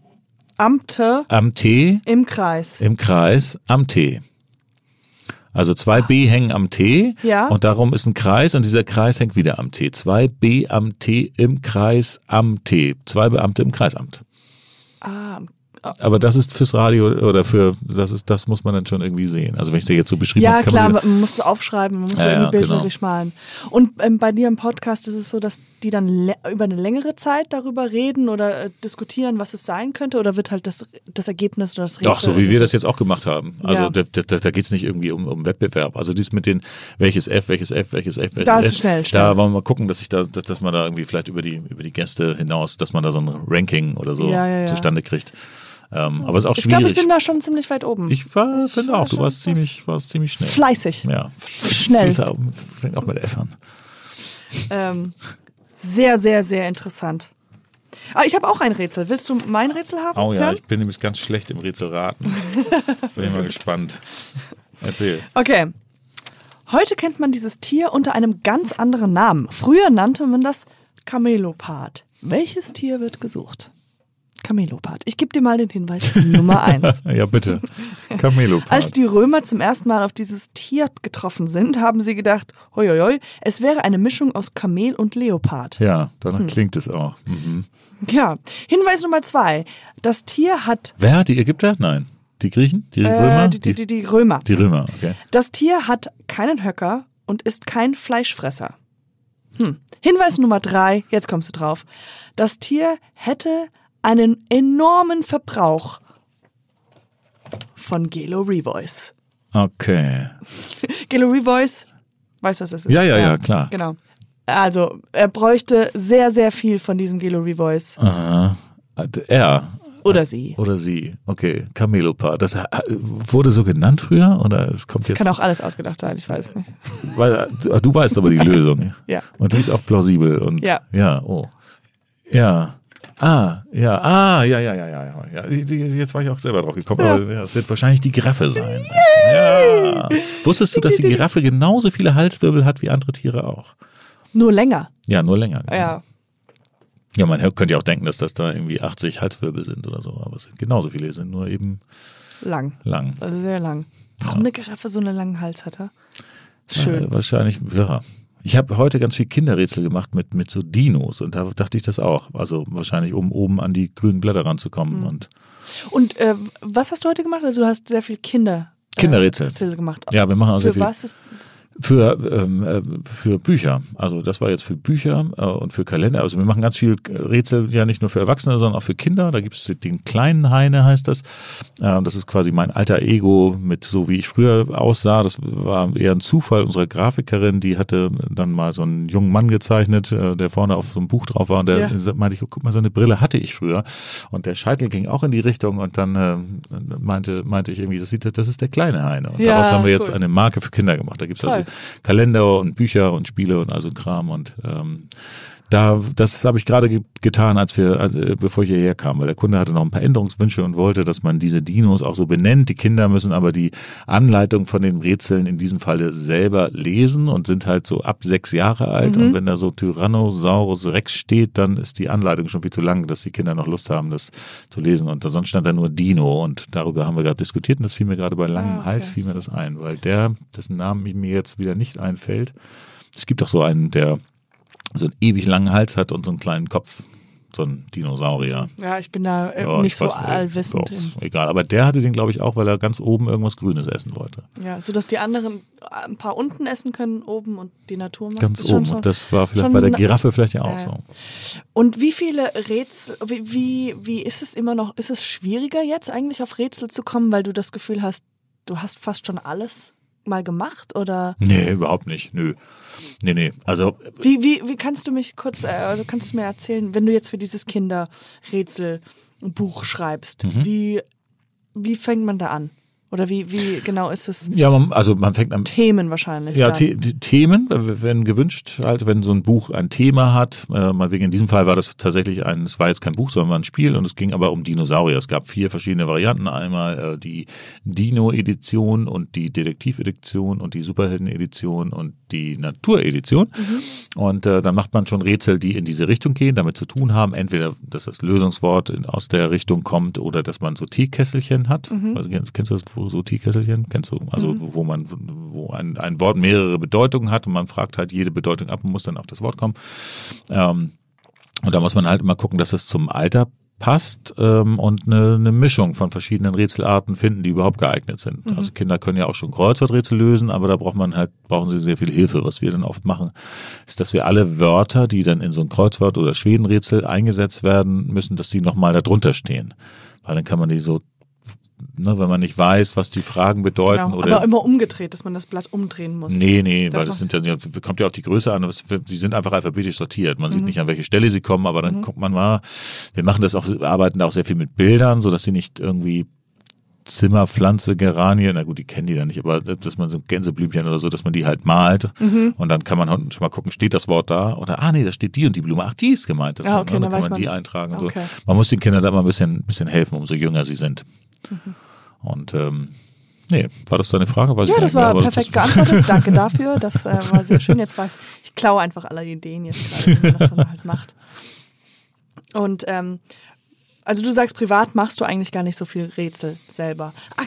Amte am T im Kreis. im Kreis am T. Also zwei B hängen am T Ja. und darum ist ein Kreis und dieser Kreis hängt wieder am T. Zwei B am T im Kreis am T. Zwei Beamte im Kreisamt. Ah, Aber das ist fürs Radio oder für, das ist, das muss man dann schon irgendwie sehen. Also wenn ich dir jetzt so beschrieben ja, habe, kann klar, man man muss es aufschreiben, man muss Ja, es irgendwie ja, genau. bildlich malen. Und ähm, bei dir im Podcast ist es so, dass die dann le- über eine längere Zeit darüber reden oder äh, diskutieren, was es sein könnte, oder wird halt das, das Ergebnis oder das Rätsel... Doch, so wie wir das jetzt auch gemacht haben. Also Ja. da, da, da geht es nicht irgendwie um, um Wettbewerb. Also dies mit den, welches F, welches F, welches F, welches Da ist F. es schnell, schnell. Da wollen wir mal gucken, dass ich da, dass, dass man da irgendwie vielleicht über die, über die Gäste hinaus, dass man da so ein Ranking oder so Ja, ja, ja. zustande kriegt. Ähm, aber es ist auch Ich glaube, schwierig. ich bin da schon ziemlich weit oben. Ich war, finde war auch, du schon warst fast ziemlich, warst ziemlich schnell. Fleißig. Ja. Schnell. Fängt auch mit F an. Ähm, sehr, sehr, sehr interessant. Ah, ich habe auch ein Rätsel. Willst du mein Rätsel haben? Oh ja, Hören? ich bin nämlich ganz schlecht im Rätselraten. Bin ich mal gespannt. Erzähl. Okay. Heute kennt man dieses Tier unter einem ganz anderen Namen. Früher nannte man das Kamelopard. Welches Tier wird gesucht? Kamelopard. Ich gebe dir mal den Hinweis Nummer eins. Ja, bitte. Kamelopard. Als die Römer zum ersten Mal auf dieses Tier getroffen sind, haben sie gedacht, hoi, hoi, hoi, es wäre eine Mischung aus Kamel und Leopard. Ja, danach klingt es auch. Mhm. Ja. Hinweis Nummer zwei. Das Tier hat Wer? Die Ägypter? Nein. Die Griechen? Die Römer? äh, die, die, die, die Römer. die Römer, okay. Das Tier hat keinen Höcker und ist kein Fleischfresser. Hm. Hinweis Nummer drei, jetzt kommst du drauf. Das Tier hätte einen enormen Verbrauch von Gelo Revoice. Okay. Gelo Revoice, weißt du, was das ist? Ja, ja, ja, klar. Genau. Also, er bräuchte sehr, sehr viel von diesem Gelo Revoice. Aha. Er. Oder sie. Oder sie. Okay. Kamelopard. Das äh, wurde so genannt früher? Oder es kommt Das jetzt. kann auch alles ausgedacht sein, ich weiß nicht. Weil, du, du weißt aber die Lösung. Ja. Und die ist auch plausibel. Und, Ja. Ja, oh. Ja. Ah, ja, ah, ja, ja, ja, ja, ja. ja. Jetzt war ich auch selber drauf gekommen, Ja. aber ja, es wird wahrscheinlich die Giraffe sein. Ja. Wusstest du, dass die Giraffe genauso viele Halswirbel hat wie andere Tiere auch? Nur länger. Ja, nur länger. Ja. Ja, man könnte ja auch denken, dass das da irgendwie achtzig Halswirbel sind oder so, aber es sind genauso viele, es sind nur eben Lang. lang. Also sehr lang. Warum eine Giraffe so einen langen Hals hat, er? Schön. Äh, wahrscheinlich, ja. Ich habe heute ganz viel Kinderrätsel gemacht mit, mit so Dinos und da dachte ich das auch. Also wahrscheinlich, um oben an die grünen Blätter ranzukommen. Mhm. Und Und äh, was hast du heute gemacht? Also du hast sehr viel Kinder äh, Kinderrätsel. Rätsel gemacht. Ja, wir machen also Für viel. was ist Für, ähm, äh, für Bücher. Also das war jetzt für Bücher äh, und für Kalender. Also wir machen ganz viel Rätsel, ja nicht nur für Erwachsene, sondern auch für Kinder. Da gibt es den kleinen Heine, heißt das. Äh, das ist quasi mein alter Ego mit so, wie ich früher aussah. Das war eher ein Zufall unserer Grafikerin. Die hatte dann mal so einen jungen Mann gezeichnet, äh, der vorne auf so einem Buch drauf war. Und der Ja. meinte ich, oh, guck mal, so eine Brille hatte ich früher. Und der Scheitel ging auch in die Richtung. Und dann äh, meinte, meinte ich irgendwie, das, sieht, das ist der kleine Heine. Und Ja, daraus haben wir jetzt cool. eine Marke für Kinder gemacht. Da gibt es also Toll. Kalender und Bücher und Spiele und also Kram und ähm, da, das habe ich gerade ge- getan, als wir, also, äh, bevor ich hierher kam, weil der Kunde hatte noch ein paar Änderungswünsche und wollte, dass man diese Dinos auch so benennt. Die Kinder müssen aber die Anleitung von den Rätseln in diesem Falle selber lesen und sind halt so ab sechs Jahre alt. Mhm. Und wenn da so Tyrannosaurus Rex steht, dann ist die Anleitung schon viel zu lang, dass die Kinder noch Lust haben, das zu lesen. Und da sonst stand da nur Dino und darüber haben wir gerade diskutiert und das fiel mir gerade bei langem Ah, okay. Hals, fiel mir das ein, weil der, dessen Namen mir jetzt wieder nicht einfällt. Es gibt doch so einen, der so einen ewig langen Hals hat und so einen kleinen Kopf, so ein Dinosaurier. Ja, ich bin da äh, Ja, nicht ich so weiß nicht, allwissend. doch, in- egal, aber der hatte den, glaube ich, auch, weil er ganz oben irgendwas Grünes essen wollte. Ja, sodass die anderen ein paar unten essen können, oben und die Natur macht. Ganz Ist schon oben. so- Und das war vielleicht schon bei der na- Giraffe vielleicht ja auch Ja. so. Und wie viele Rätsel, wie, wie, wie ist es immer noch, ist es schwieriger jetzt eigentlich auf Rätsel zu kommen, weil du das Gefühl hast, du hast fast schon alles mal gemacht, oder? Nee, überhaupt nicht. Nö. Nee, nee. Also. Wie, wie, wie kannst du mich kurz, äh, du kannst mir erzählen, wenn du jetzt für dieses Kinderrätsel ein Buch schreibst, mhm. wie, wie fängt man da an? Oder wie, wie genau ist es? Ja, man, also man fängt an. Themen wahrscheinlich. Ja, The- Themen, wenn gewünscht, halt, wenn so ein Buch ein Thema hat, äh, mal wegen, in diesem Fall war das tatsächlich ein, es war jetzt kein Buch, sondern war ein Spiel und es ging aber um Dinosaurier. Es gab vier verschiedene Varianten. Einmal äh, die Dino-Edition und die Detektiv-Edition und die Superhelden-Edition und die Natur-Edition. Mhm. Und äh, dann macht man schon Rätsel, die in diese Richtung gehen, damit zu tun haben. Entweder, dass das Lösungswort in, aus der Richtung kommt oder dass man so Teekesselchen hat. Mhm. Also, kennst du das? So Teekesselchen, kennst du? Also mhm. wo man, wo ein, ein Wort mehrere Bedeutungen hat und man fragt halt jede Bedeutung ab und muss dann auf das Wort kommen. Ähm, und da muss man halt immer gucken, dass es zum Alter passt ähm, und eine, eine Mischung von verschiedenen Rätselarten finden, die überhaupt geeignet sind. Mhm. Also Kinder können ja auch schon Kreuzworträtsel lösen, aber da braucht man halt, brauchen sie sehr viel Hilfe. Was wir dann oft machen, ist, dass wir alle Wörter, die dann in so ein Kreuzwort- oder Schwedenrätsel eingesetzt werden müssen, dass die nochmal da drunter stehen. Weil dann kann man die so, ne, wenn man nicht weiß, was die Fragen bedeuten. Genau, oder aber immer umgedreht, dass man das Blatt umdrehen muss. Nee, nee, das weil das sind ja, kommt ja auf die Größe an, die sind einfach alphabetisch sortiert. Man mhm. sieht nicht, an welche Stelle sie kommen, aber dann mhm. guckt man mal, wir machen das auch, arbeiten da auch sehr viel mit Bildern, sodass sie nicht irgendwie Zimmerpflanze, Geranien, na gut, die kennen die dann nicht, aber dass man so Gänseblümchen oder so, dass man die halt malt mhm. und dann kann man schon mal gucken, steht das Wort da oder, ah nee, da steht die und die Blume, ach, die ist gemeint. Das ja, okay, man, dann, dann kann man, man die eintragen und okay. so. Man muss den Kindern da mal ein bisschen, bisschen helfen, umso jünger sie sind. Mhm. Und ähm, nee, war das deine Frage? Weiß ja, ich das nicht, war perfekt geantwortet. Danke dafür. Das äh, war sehr schön. Jetzt weiß ich, ich klaue einfach alle Ideen jetzt gerade, wie man das dann halt macht. Und ähm, also du sagst, privat machst du eigentlich gar nicht so viel Rätsel selber. Ach,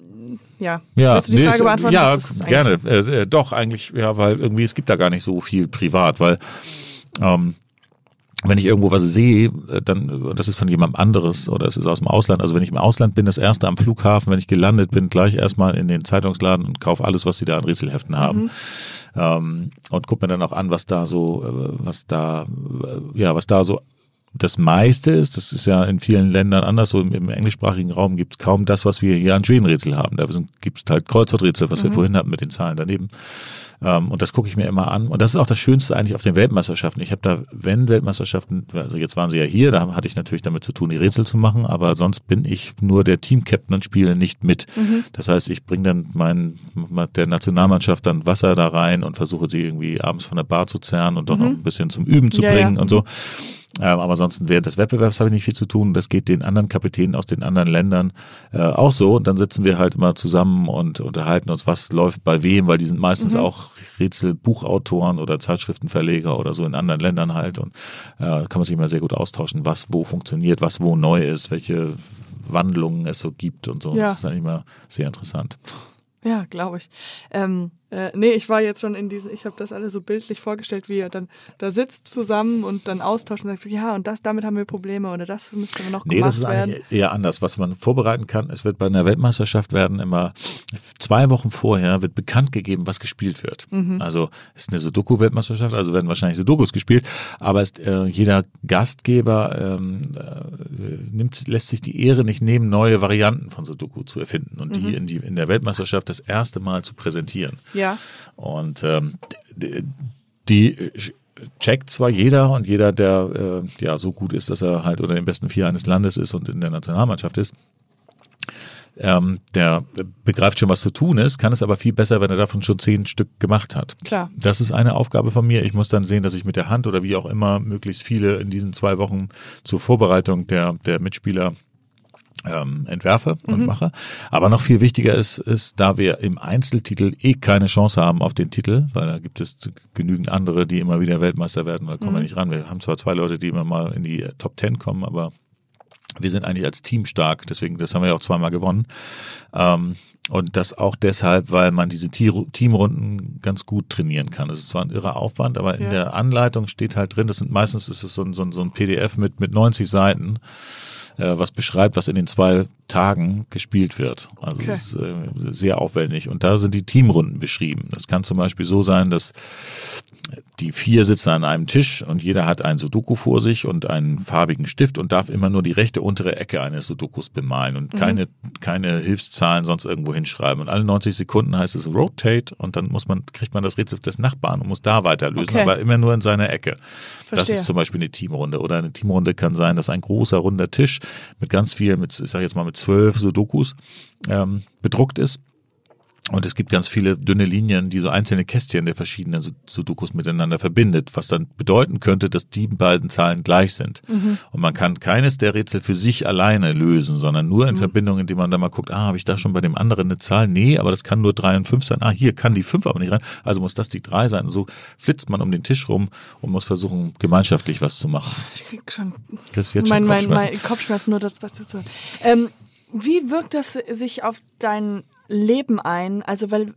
ja. ja. Willst du die nee, Frage ist, beantworten? Ja, gerne. Äh, äh, doch, eigentlich, ja, weil irgendwie es gibt da gar nicht so viel privat, weil ähm, wenn ich irgendwo was sehe, dann, das ist von jemandem anderes oder es ist aus dem Ausland. Also wenn ich im Ausland bin, das erste am Flughafen, wenn ich gelandet bin, gleich erstmal in den Zeitungsladen und kaufe alles, was sie da an Rätselheften haben. Mhm. Ähm, und gucke mir dann auch an, was da so, was da, ja, was da so das meiste ist. Das ist ja in vielen Ländern anders. So im, im englischsprachigen Raum gibt es kaum das, was wir hier an Schwedenrätsel haben. Da gibt es halt Kreuzworträtsel, was mhm. wir vorhin hatten mit den Zahlen daneben. Um, und das gucke ich mir immer an. Und das ist auch das Schönste eigentlich auf den Weltmeisterschaften. Ich habe da, wenn Weltmeisterschaften, also jetzt waren sie ja hier, da hatte ich natürlich damit zu tun, die Rätsel zu machen, aber sonst bin ich nur der Team-Captain und spiele nicht mit. Mhm. Das heißt, ich bringe dann mein, der Nationalmannschaft dann Wasser da rein und versuche sie irgendwie abends von der Bar zu zerren und doch mhm. noch ein bisschen zum Üben zu ja, bringen ja. und so. Ähm, aber ansonsten während des Wettbewerbs habe ich nicht viel zu tun. Das geht den anderen Kapitänen aus den anderen Ländern äh, auch so. Und dann sitzen wir halt immer zusammen und unterhalten uns, was läuft bei wem, weil die sind meistens mhm. auch Rätselbuchautoren oder Zeitschriftenverleger oder so in anderen Ländern halt. Und äh, kann man sich immer sehr gut austauschen, was wo funktioniert, was wo neu ist, welche Wandlungen es so gibt und so. Ja. Das ist eigentlich immer sehr interessant. Ja, glaube ich. Ähm, äh, nee, ich war jetzt schon in diese, ich habe das alles so bildlich vorgestellt, wie ihr dann da sitzt zusammen und dann austauscht und sagt so, ja, und das, damit haben wir Probleme oder das müsste noch nee, gemacht werden. Nee, das ist eigentlich eher anders. Was man vorbereiten kann, es wird bei einer Weltmeisterschaft werden immer zwei Wochen vorher wird bekannt gegeben, was gespielt wird. Mhm. Also es ist eine Sudoku-Weltmeisterschaft, also werden wahrscheinlich Sudokus gespielt, aber ist, äh, jeder Gastgeber ähm, äh, nimmt, lässt sich die Ehre nicht nehmen, neue Varianten von Sudoku zu erfinden und mhm. die in die in der Weltmeisterschaft das erste Mal zu präsentieren. Ja. Und ähm, die, die checkt zwar jeder und jeder, der äh, ja so gut ist, dass er halt unter den besten vier eines Landes ist und in der Nationalmannschaft ist, ähm, der begreift schon, was zu tun ist, kann es aber viel besser, wenn er davon schon zehn Stück gemacht hat. Klar. Das ist eine Aufgabe von mir. Ich muss dann sehen, dass ich mit der Hand oder wie auch immer möglichst viele in diesen zwei Wochen zur Vorbereitung der, der Mitspieler Ähm, entwerfe und mhm. mache. Aber noch viel wichtiger ist, ist, da wir im Einzeltitel eh keine Chance haben auf den Titel, weil da gibt es genügend andere, die immer wieder Weltmeister werden, da kommen mhm. wir nicht ran. Wir haben zwar zwei Leute, die immer mal in die Top Ten kommen, aber wir sind eigentlich als Team stark, deswegen, das haben wir ja auch zweimal gewonnen. Ähm, und das auch deshalb, weil man diese Teamrunden ganz gut trainieren kann. Das ist zwar ein irrer Aufwand, aber in ja. der Anleitung steht halt drin, das sind meistens ist es so ein, so ein, so ein P D F mit, mit neunzig Seiten, was beschreibt, was in den zwei Tagen gespielt wird. Also okay. Das ist äh, sehr aufwendig. Und da sind die Teamrunden beschrieben. Das kann zum Beispiel so sein, dass die vier sitzen an einem Tisch und jeder hat ein Sudoku vor sich und einen farbigen Stift und darf immer nur die rechte untere Ecke eines Sudokus bemalen und keine, mhm. keine Hilfszahlen sonst irgendwo hinschreiben. Und alle neunzig Sekunden heißt es Rotate und dann muss man, kriegt man das Rätsel des Nachbarn und muss da weiter lösen, okay. aber immer nur in seiner Ecke. Verstehe. Das ist zum Beispiel eine Teamrunde. Oder eine Teamrunde kann sein, dass ein großer runder Tisch mit ganz viel, mit, ich sage jetzt mal mit zwölf Sudokus ähm, bedruckt ist. Und es gibt ganz viele dünne Linien, die so einzelne Kästchen der verschiedenen Sudokus miteinander verbindet, was dann bedeuten könnte, dass die beiden Zahlen gleich sind. Mhm. Und man kann keines der Rätsel für sich alleine lösen, sondern nur in mhm. Verbindung, indem man dann mal guckt, ah, habe ich da schon bei dem anderen eine Zahl? Nee, aber das kann nur drei und fünf sein. Ah, hier kann die fünf aber nicht rein, also muss das die drei sein. Und so flitzt man um den Tisch rum und muss versuchen, gemeinschaftlich was zu machen. Ich krieg schon, das ist jetzt mein, schon mein, Kopfschmerzen. mein Kopfschmerzen, nur das was zu tun. Ähm, wie wirkt das sich auf dein Leben ein? Also, weil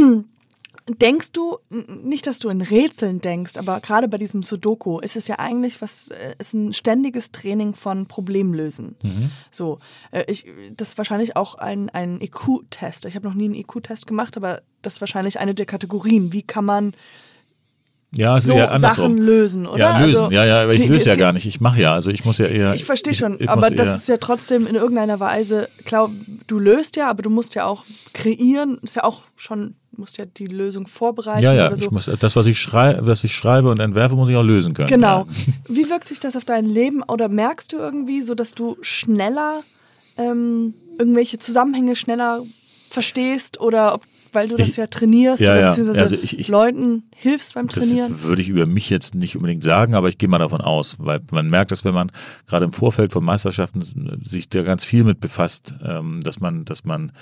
denkst du, nicht, dass du in Rätseln denkst, aber gerade bei diesem Sudoku ist es ja eigentlich was, ist ein ständiges Training von Problemlösen. Mhm. So, ich, das ist wahrscheinlich auch ein, ein I Q-Test. Ich habe noch nie einen I Q-Test gemacht, aber das ist wahrscheinlich eine der Kategorien. Wie kann man Ja, also so ja, Sachen lösen, oder? Ja, lösen. Also, ja, ja, aber ich die, löse ja geht, gar nicht. Ich mache ja. Also ich muss ja eher. Ich, ich verstehe schon, ich, ich aber das eher, ist ja trotzdem in irgendeiner Weise, klar, du löst ja, aber du musst ja auch kreieren. Ist ja auch schon, du musst ja die Lösung vorbereiten. Ja, ja. Oder so. Ich muss, das, was ich schreibe, was ich schreibe und entwerfe, muss ich auch lösen können. Genau. Ja. Wie wirkt sich das auf dein Leben? Oder merkst du irgendwie, so dass du schneller ähm, irgendwelche Zusammenhänge schneller verstehst oder ob weil du das ich, ja trainierst ja, oder ja. beziehungsweise also ich, ich, Leuten hilfst beim Trainieren? Das würde ich über mich jetzt nicht unbedingt sagen, aber ich gehe mal davon aus, weil man merkt, dass wenn man gerade im Vorfeld von Meisterschaften sich da ganz viel mit befasst, dass man, dass man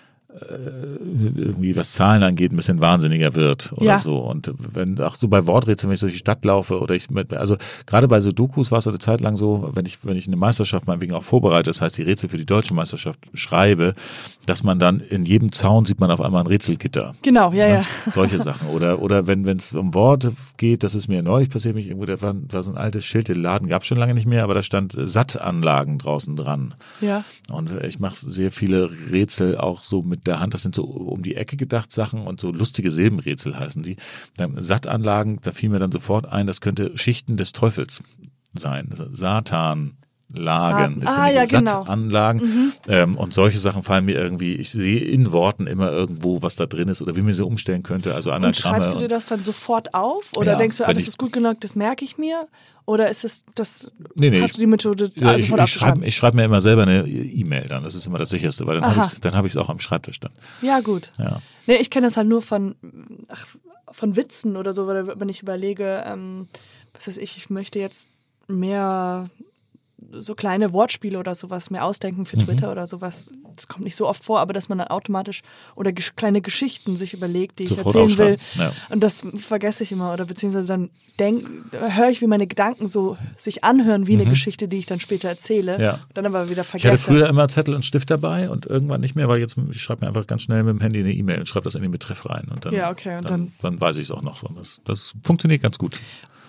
irgendwie was Zahlen angeht, ein bisschen wahnsinniger wird oder ja. so. Und wenn auch so bei Worträtseln, wenn ich durch die Stadt laufe oder ich mit, also gerade bei Sudokus war es eine Zeit lang so, wenn ich, wenn ich eine Meisterschaft meinetwegen auch vorbereite, das heißt die Rätsel für die deutsche Meisterschaft schreibe, dass man dann in jedem Zaun sieht man auf einmal ein Rätselgitter. Genau, ja, ja. Solche Sachen. Oder, oder wenn es um Worte geht, das ist mir neulich passiert, mich irgendwo, da war, war so ein altes Schild, den Laden gab es schon lange nicht mehr, aber da stand Sattanlagen draußen dran. Ja. Und ich mache sehr viele Rätsel auch so mit der Hand, das sind so um die Ecke gedacht Sachen und so lustige Silbenrätsel heißen die. Sattanlagen, da fiel mir dann sofort ein, das könnte Schichten des Teufels sein. Also Satan. Lagen, ah, ah, ja, genau. Sattanlagen mhm. ähm, und solche Sachen fallen mir irgendwie, ich sehe in Worten immer irgendwo, was da drin ist oder wie man sie umstellen könnte, also Anagramme. Und schreibst du dir das dann sofort auf oder ja, denkst du, ah, das ich, ist gut genug, das merke ich mir oder ist es das, nee, nee, hast du die Methode ja, also sofort ich, ich schreibe ich schreib mir immer selber eine E-Mail dann, das ist immer das sicherste, weil dann habe ich es dann hab ich's auch am Schreibtisch dann. Ja, gut. Ja. Nee, ich kenne das halt nur von, ach, von Witzen oder so, wenn ich überlege, ähm, was weiß ich, ich möchte jetzt mehr so kleine Wortspiele oder sowas mehr ausdenken für Twitter mhm. oder sowas. Das kommt nicht so oft vor, aber dass man dann automatisch oder gesch- kleine Geschichten sich überlegt, die Sofort ich erzählen will. Ja. Und das vergesse ich immer oder beziehungsweise dann denk, höre ich, wie meine Gedanken so sich anhören wie mhm. eine Geschichte, die ich dann später erzähle. Ja. Dann aber wieder vergesse. Ich hatte früher immer Zettel und Stift dabei und irgendwann nicht mehr, weil jetzt ich schreibe mir einfach ganz schnell mit dem Handy eine E-Mail und schreibe das in den Betreff rein. Und dann, ja, okay. Und dann, dann, dann weiß ich es auch noch. Und das, das funktioniert ganz gut.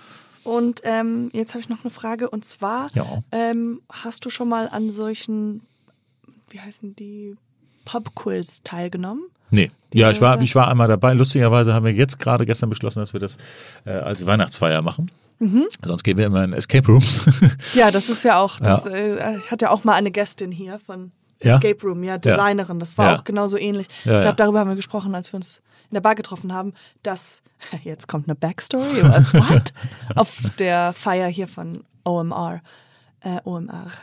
Und ähm, jetzt habe ich noch eine Frage und zwar, ja. ähm, hast du schon mal an solchen, wie heißen die, Pub-Quiz teilgenommen? Nee, ja, ich war, ich war einmal dabei. Lustigerweise haben wir jetzt gerade gestern beschlossen, dass wir das äh, als Weihnachtsfeier machen. Mhm. Sonst gehen wir immer in Escape Rooms. Ja, das ist ja auch, das ja. äh, hat ja auch mal eine Gästin hier von ja? Escape Room, ja, Designerin. Das war ja. auch genauso ähnlich. Ja, ich glaube, ja. darüber haben wir gesprochen, als wir uns in der Bar getroffen haben, dass, jetzt kommt eine Backstory, what? Auf der Feier hier von O M R, äh, O M R,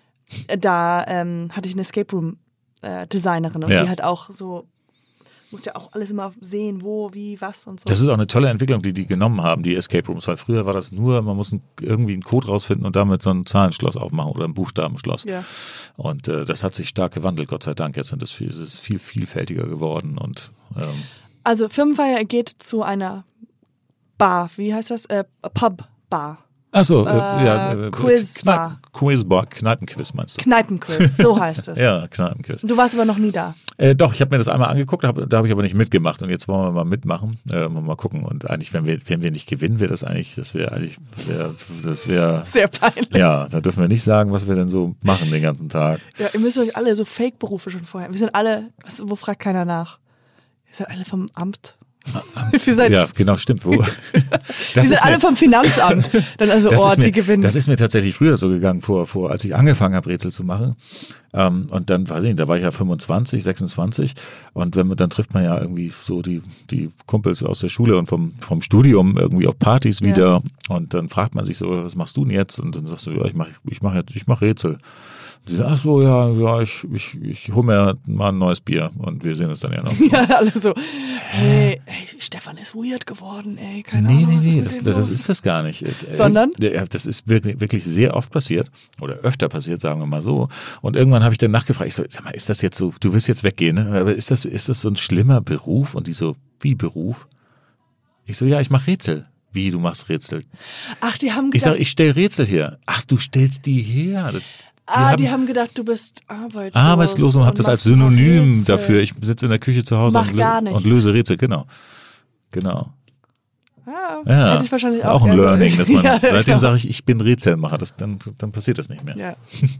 da ähm, hatte ich eine Escape Room äh, Designerin und ja. die hat auch so, musste ja auch alles immer sehen, wo, wie, was und so. Das ist auch eine tolle Entwicklung, die die genommen haben, die Escape Rooms, weil früher war das nur, man muss irgendwie einen Code rausfinden und damit so ein Zahlenschloss aufmachen oder ein Buchstabenschloss. Ja. Und äh, das hat sich stark gewandelt, Gott sei Dank. Jetzt sind es viel, es ist viel vielfältiger geworden und ähm, also Firmenfeier geht zu einer Bar, wie heißt das? Äh, Pub-Bar. Achso, äh, äh, ja. Äh, Quizbar. Quizbar, Kneipenquiz meinst du? Kneipenquiz, so heißt es. Ja, Kneipenquiz. Du warst aber noch nie da. Äh, doch, ich habe mir das einmal angeguckt, hab, da habe ich aber nicht mitgemacht und jetzt wollen wir mal mitmachen, äh, mal gucken und eigentlich, wenn wir, wenn wir nicht gewinnen, wäre das eigentlich, das wäre eigentlich, wär, das wäre sehr peinlich. Ja, da dürfen wir nicht sagen, was wir denn so machen den ganzen Tag. Ja, ihr müsst euch alle so Fake-Berufe schon vorher, wir sind alle, was, wo fragt keiner nach? Ihr seid alle vom Amt Für sein Ja, genau, stimmt. Wo? Die Das sind ist alle mir, vom Finanzamt. Dann also, das oh, ist mir, die gewinnen. Das ist mir tatsächlich früher so gegangen, vor, vor, als ich angefangen habe, Rätsel zu machen. Ähm, und dann, weiß ich nicht, da war ich ja fünfundzwanzig, sechsundzwanzig. Und wenn man, dann trifft man ja irgendwie so die, die Kumpels aus der Schule und vom, vom Studium irgendwie auf Partys wieder. Ja. Und dann fragt man sich so, was machst du denn jetzt? Und dann sagst du, ja, ich mache ich mach jetzt, ich mach Rätsel. Die sagen, ach so, ja, ja, ich, ich, ich hole mir mal ein neues Bier und wir sehen uns dann ja noch. Ja, alle so, hey, hey, Stefan ist weird geworden, ey, keine nee, Ahnung, was nee, nee, ist das, mit dem das los? ist das gar nicht. Sondern? Ja, das ist wirklich, wirklich sehr oft passiert oder öfter passiert, sagen wir mal so. Und irgendwann habe ich dann nachgefragt, ich so, sag mal, ist das jetzt so, du willst jetzt weggehen, ne? Aber ist das, ist das so ein schlimmer Beruf? Und die so, wie Beruf? Ich so, ja, ich mache Rätsel. Wie, du machst Rätsel? Ach, die haben Ich gedacht, sage, ich stelle Rätsel her. Ach, du stellst die her. Das, Die ah, haben, die haben gedacht, du bist arbeitslos. arbeitslos und habe das als machst Synonym Rätsel. dafür. Ich sitze in der Küche zu Hause Mach und, gar lö- nichts. und löse Rätsel, genau. Genau. Ja, Ja, hätte ich wahrscheinlich auch. auch ein eher so- Learning, dass man, ja, seitdem genau. sage ich, ich bin Rätselmacher, das, dann, dann passiert das nicht mehr. Ja.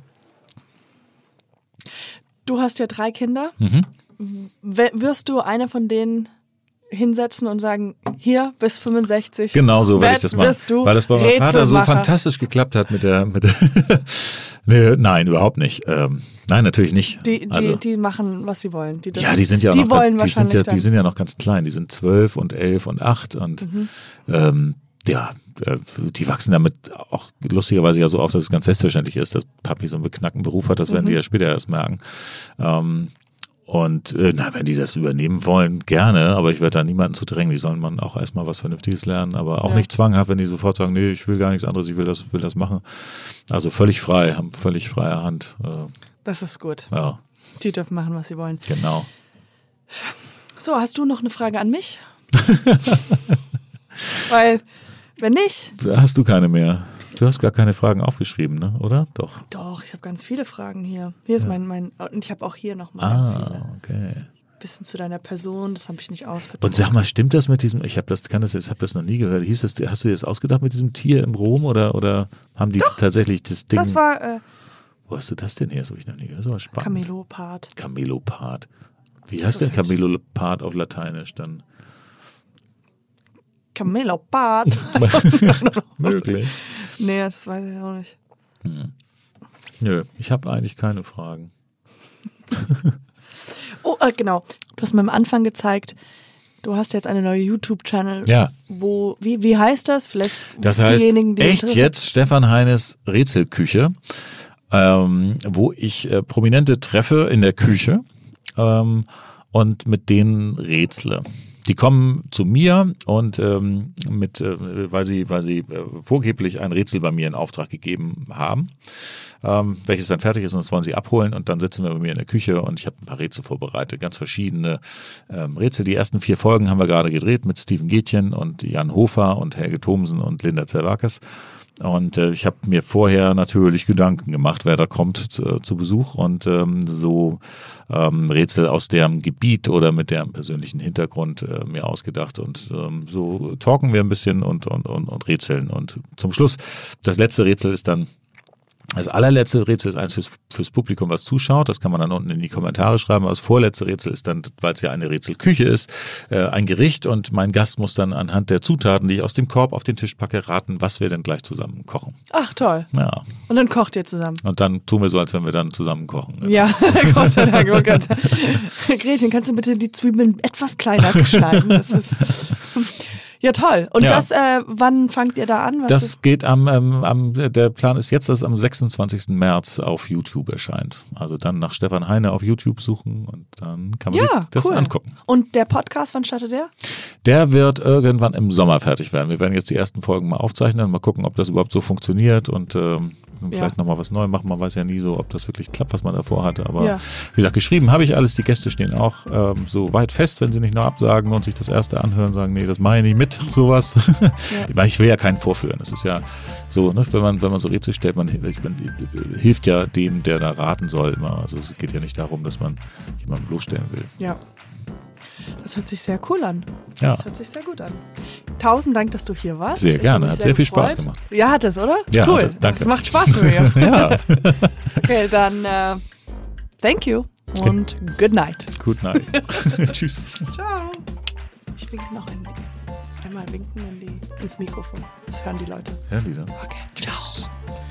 Du hast ja drei Kinder. Mhm. W- Wirst du eine von denen hinsetzen und sagen, hier bis fünfundsechzig? Genau so werde ich werd- das machen. wirst du Weil das bei meinem Vater so Rätselmacher. fantastisch geklappt hat mit der, mit der nee, nein, überhaupt nicht. Ähm, nein, natürlich nicht. Die, die, also, die machen, was sie wollen. Die, ja, die sind ja auch die noch wollen ganz, die sind ja, wahrscheinlich die sind ja noch ganz klein. Die sind zwölf und elf und acht und Mhm. ähm, ja, äh, die wachsen damit auch lustigerweise ja so auf, dass es ganz selbstverständlich ist, dass Papi so einen beknackten Beruf hat. Das werden Mhm. die ja später erst merken. Ähm, Und äh, na, wenn die das übernehmen wollen, gerne, aber ich werde da niemanden zu drängen. Die sollen man auch erstmal was Vernünftiges lernen, aber auch Ja. nicht zwanghaft, wenn die sofort sagen, nee, ich will gar nichts anderes, ich will das, will das machen. Also völlig frei, haben völlig freie Hand. Äh, Das ist gut. ja, Die dürfen machen, was sie wollen. genau. So, hast du noch eine Frage an mich? Weil, wenn nicht, Hast du keine mehr? Du hast gar keine Fragen aufgeschrieben, ne? Oder? Doch. doch, ich habe ganz viele Fragen hier. Hier ist mein, mein, und ich habe auch hier nochmal ganz viele. Ah, okay. Bisschen zu deiner Person, das habe ich nicht ausgedacht. Und sag mal, stimmt das mit diesem, ich habe das, kann das jetzt, habe das noch nie gehört. Hieß das, hast du dir das ausgedacht mit diesem Tier im Rom oder, oder haben die tatsächlich das Ding? Das war äh, Wo hast du das denn her? Das habe ich noch nie gehört. Das war spannend. Camelopard. Camelopard. Wie Das heißt denn ist jetzt- Camelopard auf Lateinisch dann? Camelopard. Möglich. Nee, das weiß ich auch nicht. Nö, ich habe eigentlich keine Fragen. Oh, äh, genau. Du hast mir am Anfang gezeigt, du hast jetzt eine neue YouTube-Channel. Ja. Wo, wie, wie heißt das? Vielleicht Das heißt, diejenigen, die echt Interesse- jetzt Stefan Heines Rätselküche, ähm, wo ich äh, Prominente treffe in der Küche ähm, und mit denen rätsle. Die kommen zu mir und ähm, mit, äh, weil sie, weil sie äh, vorgeblich ein Rätsel bei mir in Auftrag gegeben haben, ähm, welches dann fertig ist und das wollen sie abholen und dann sitzen wir bei mir in der Küche und ich habe ein paar Rätsel vorbereitet, ganz verschiedene ähm, Rätsel. Die ersten vier Folgen haben wir gerade gedreht mit Steven Gätjen und Jan Hofer und Helge Thomsen und Linda Zerwakis. Und äh, ich habe mir vorher natürlich Gedanken gemacht, wer da kommt zu, zu Besuch und ähm, so ähm, Rätsel aus deren Gebiet oder mit deren persönlichen Hintergrund äh, mir ausgedacht und ähm, so talken wir ein bisschen und, und, und, und rätseln und zum Schluss, das letzte Rätsel ist dann das allerletzte Rätsel ist eins fürs, fürs Publikum, was zuschaut. Das kann man dann unten in die Kommentare schreiben. Aber das vorletzte Rätsel ist dann, weil es ja eine Rätselküche ist, äh, ein Gericht. Und mein Gast muss dann anhand der Zutaten, die ich aus dem Korb auf den Tisch packe, raten, was wir denn gleich zusammen kochen. Ach, toll. Ja. Und dann kocht ihr zusammen. Und dann tun wir so, als wenn wir dann zusammen kochen. Ja, Gott sei Dank. Oh Gott. Gretchen, kannst du bitte die Zwiebeln etwas kleiner schneiden? Das ist ja toll. Und Ja. das, äh, wann fangt ihr da an? Was Das ist, geht am, ähm, am, der Plan ist jetzt, dass es am sechsundzwanzigsten März auf YouTube erscheint. Also dann nach Stefan Heine auf YouTube suchen und dann kann man ja, sich das cool. angucken. Und der Podcast, wann startet der? Der wird irgendwann im Sommer fertig werden. Wir werden jetzt die ersten Folgen mal aufzeichnen, mal gucken, ob das überhaupt so funktioniert und ähm, vielleicht Ja. nochmal was neu machen. Man weiß ja nie so, ob das wirklich klappt, was man davor hatte. Aber Ja. wie gesagt, geschrieben habe ich alles. Die Gäste stehen auch ähm, so weit fest, wenn sie nicht nur absagen und sich das erste anhören, sagen, nee, das mache ich nicht mit, sowas. Ich meine, ich will ja keinen vorführen. Es ist ja so, ne, wenn man, wenn man so Rätsel stellt, man, ich meine, hilft ja dem, der da raten soll immer. Also es geht ja nicht darum, dass man jemanden bloßstellen will. Ja. Das hört sich sehr cool an. Ja. Das hört sich sehr gut an. Tausend Dank, dass du hier warst. Sehr Ich gerne. habe mich Hat sehr viel Spaß gefreut. gemacht. Ja, hat es, oder? Ja, cool. hat es. Danke. Das macht Spaß für mich. Ja, Okay, dann äh, thank you und good night. good night. Tschüss. Ciao. ich winke noch ein Einmal winken in die, ins Mikrofon. Das hören die Leute. Hören die das? Okay, ciao.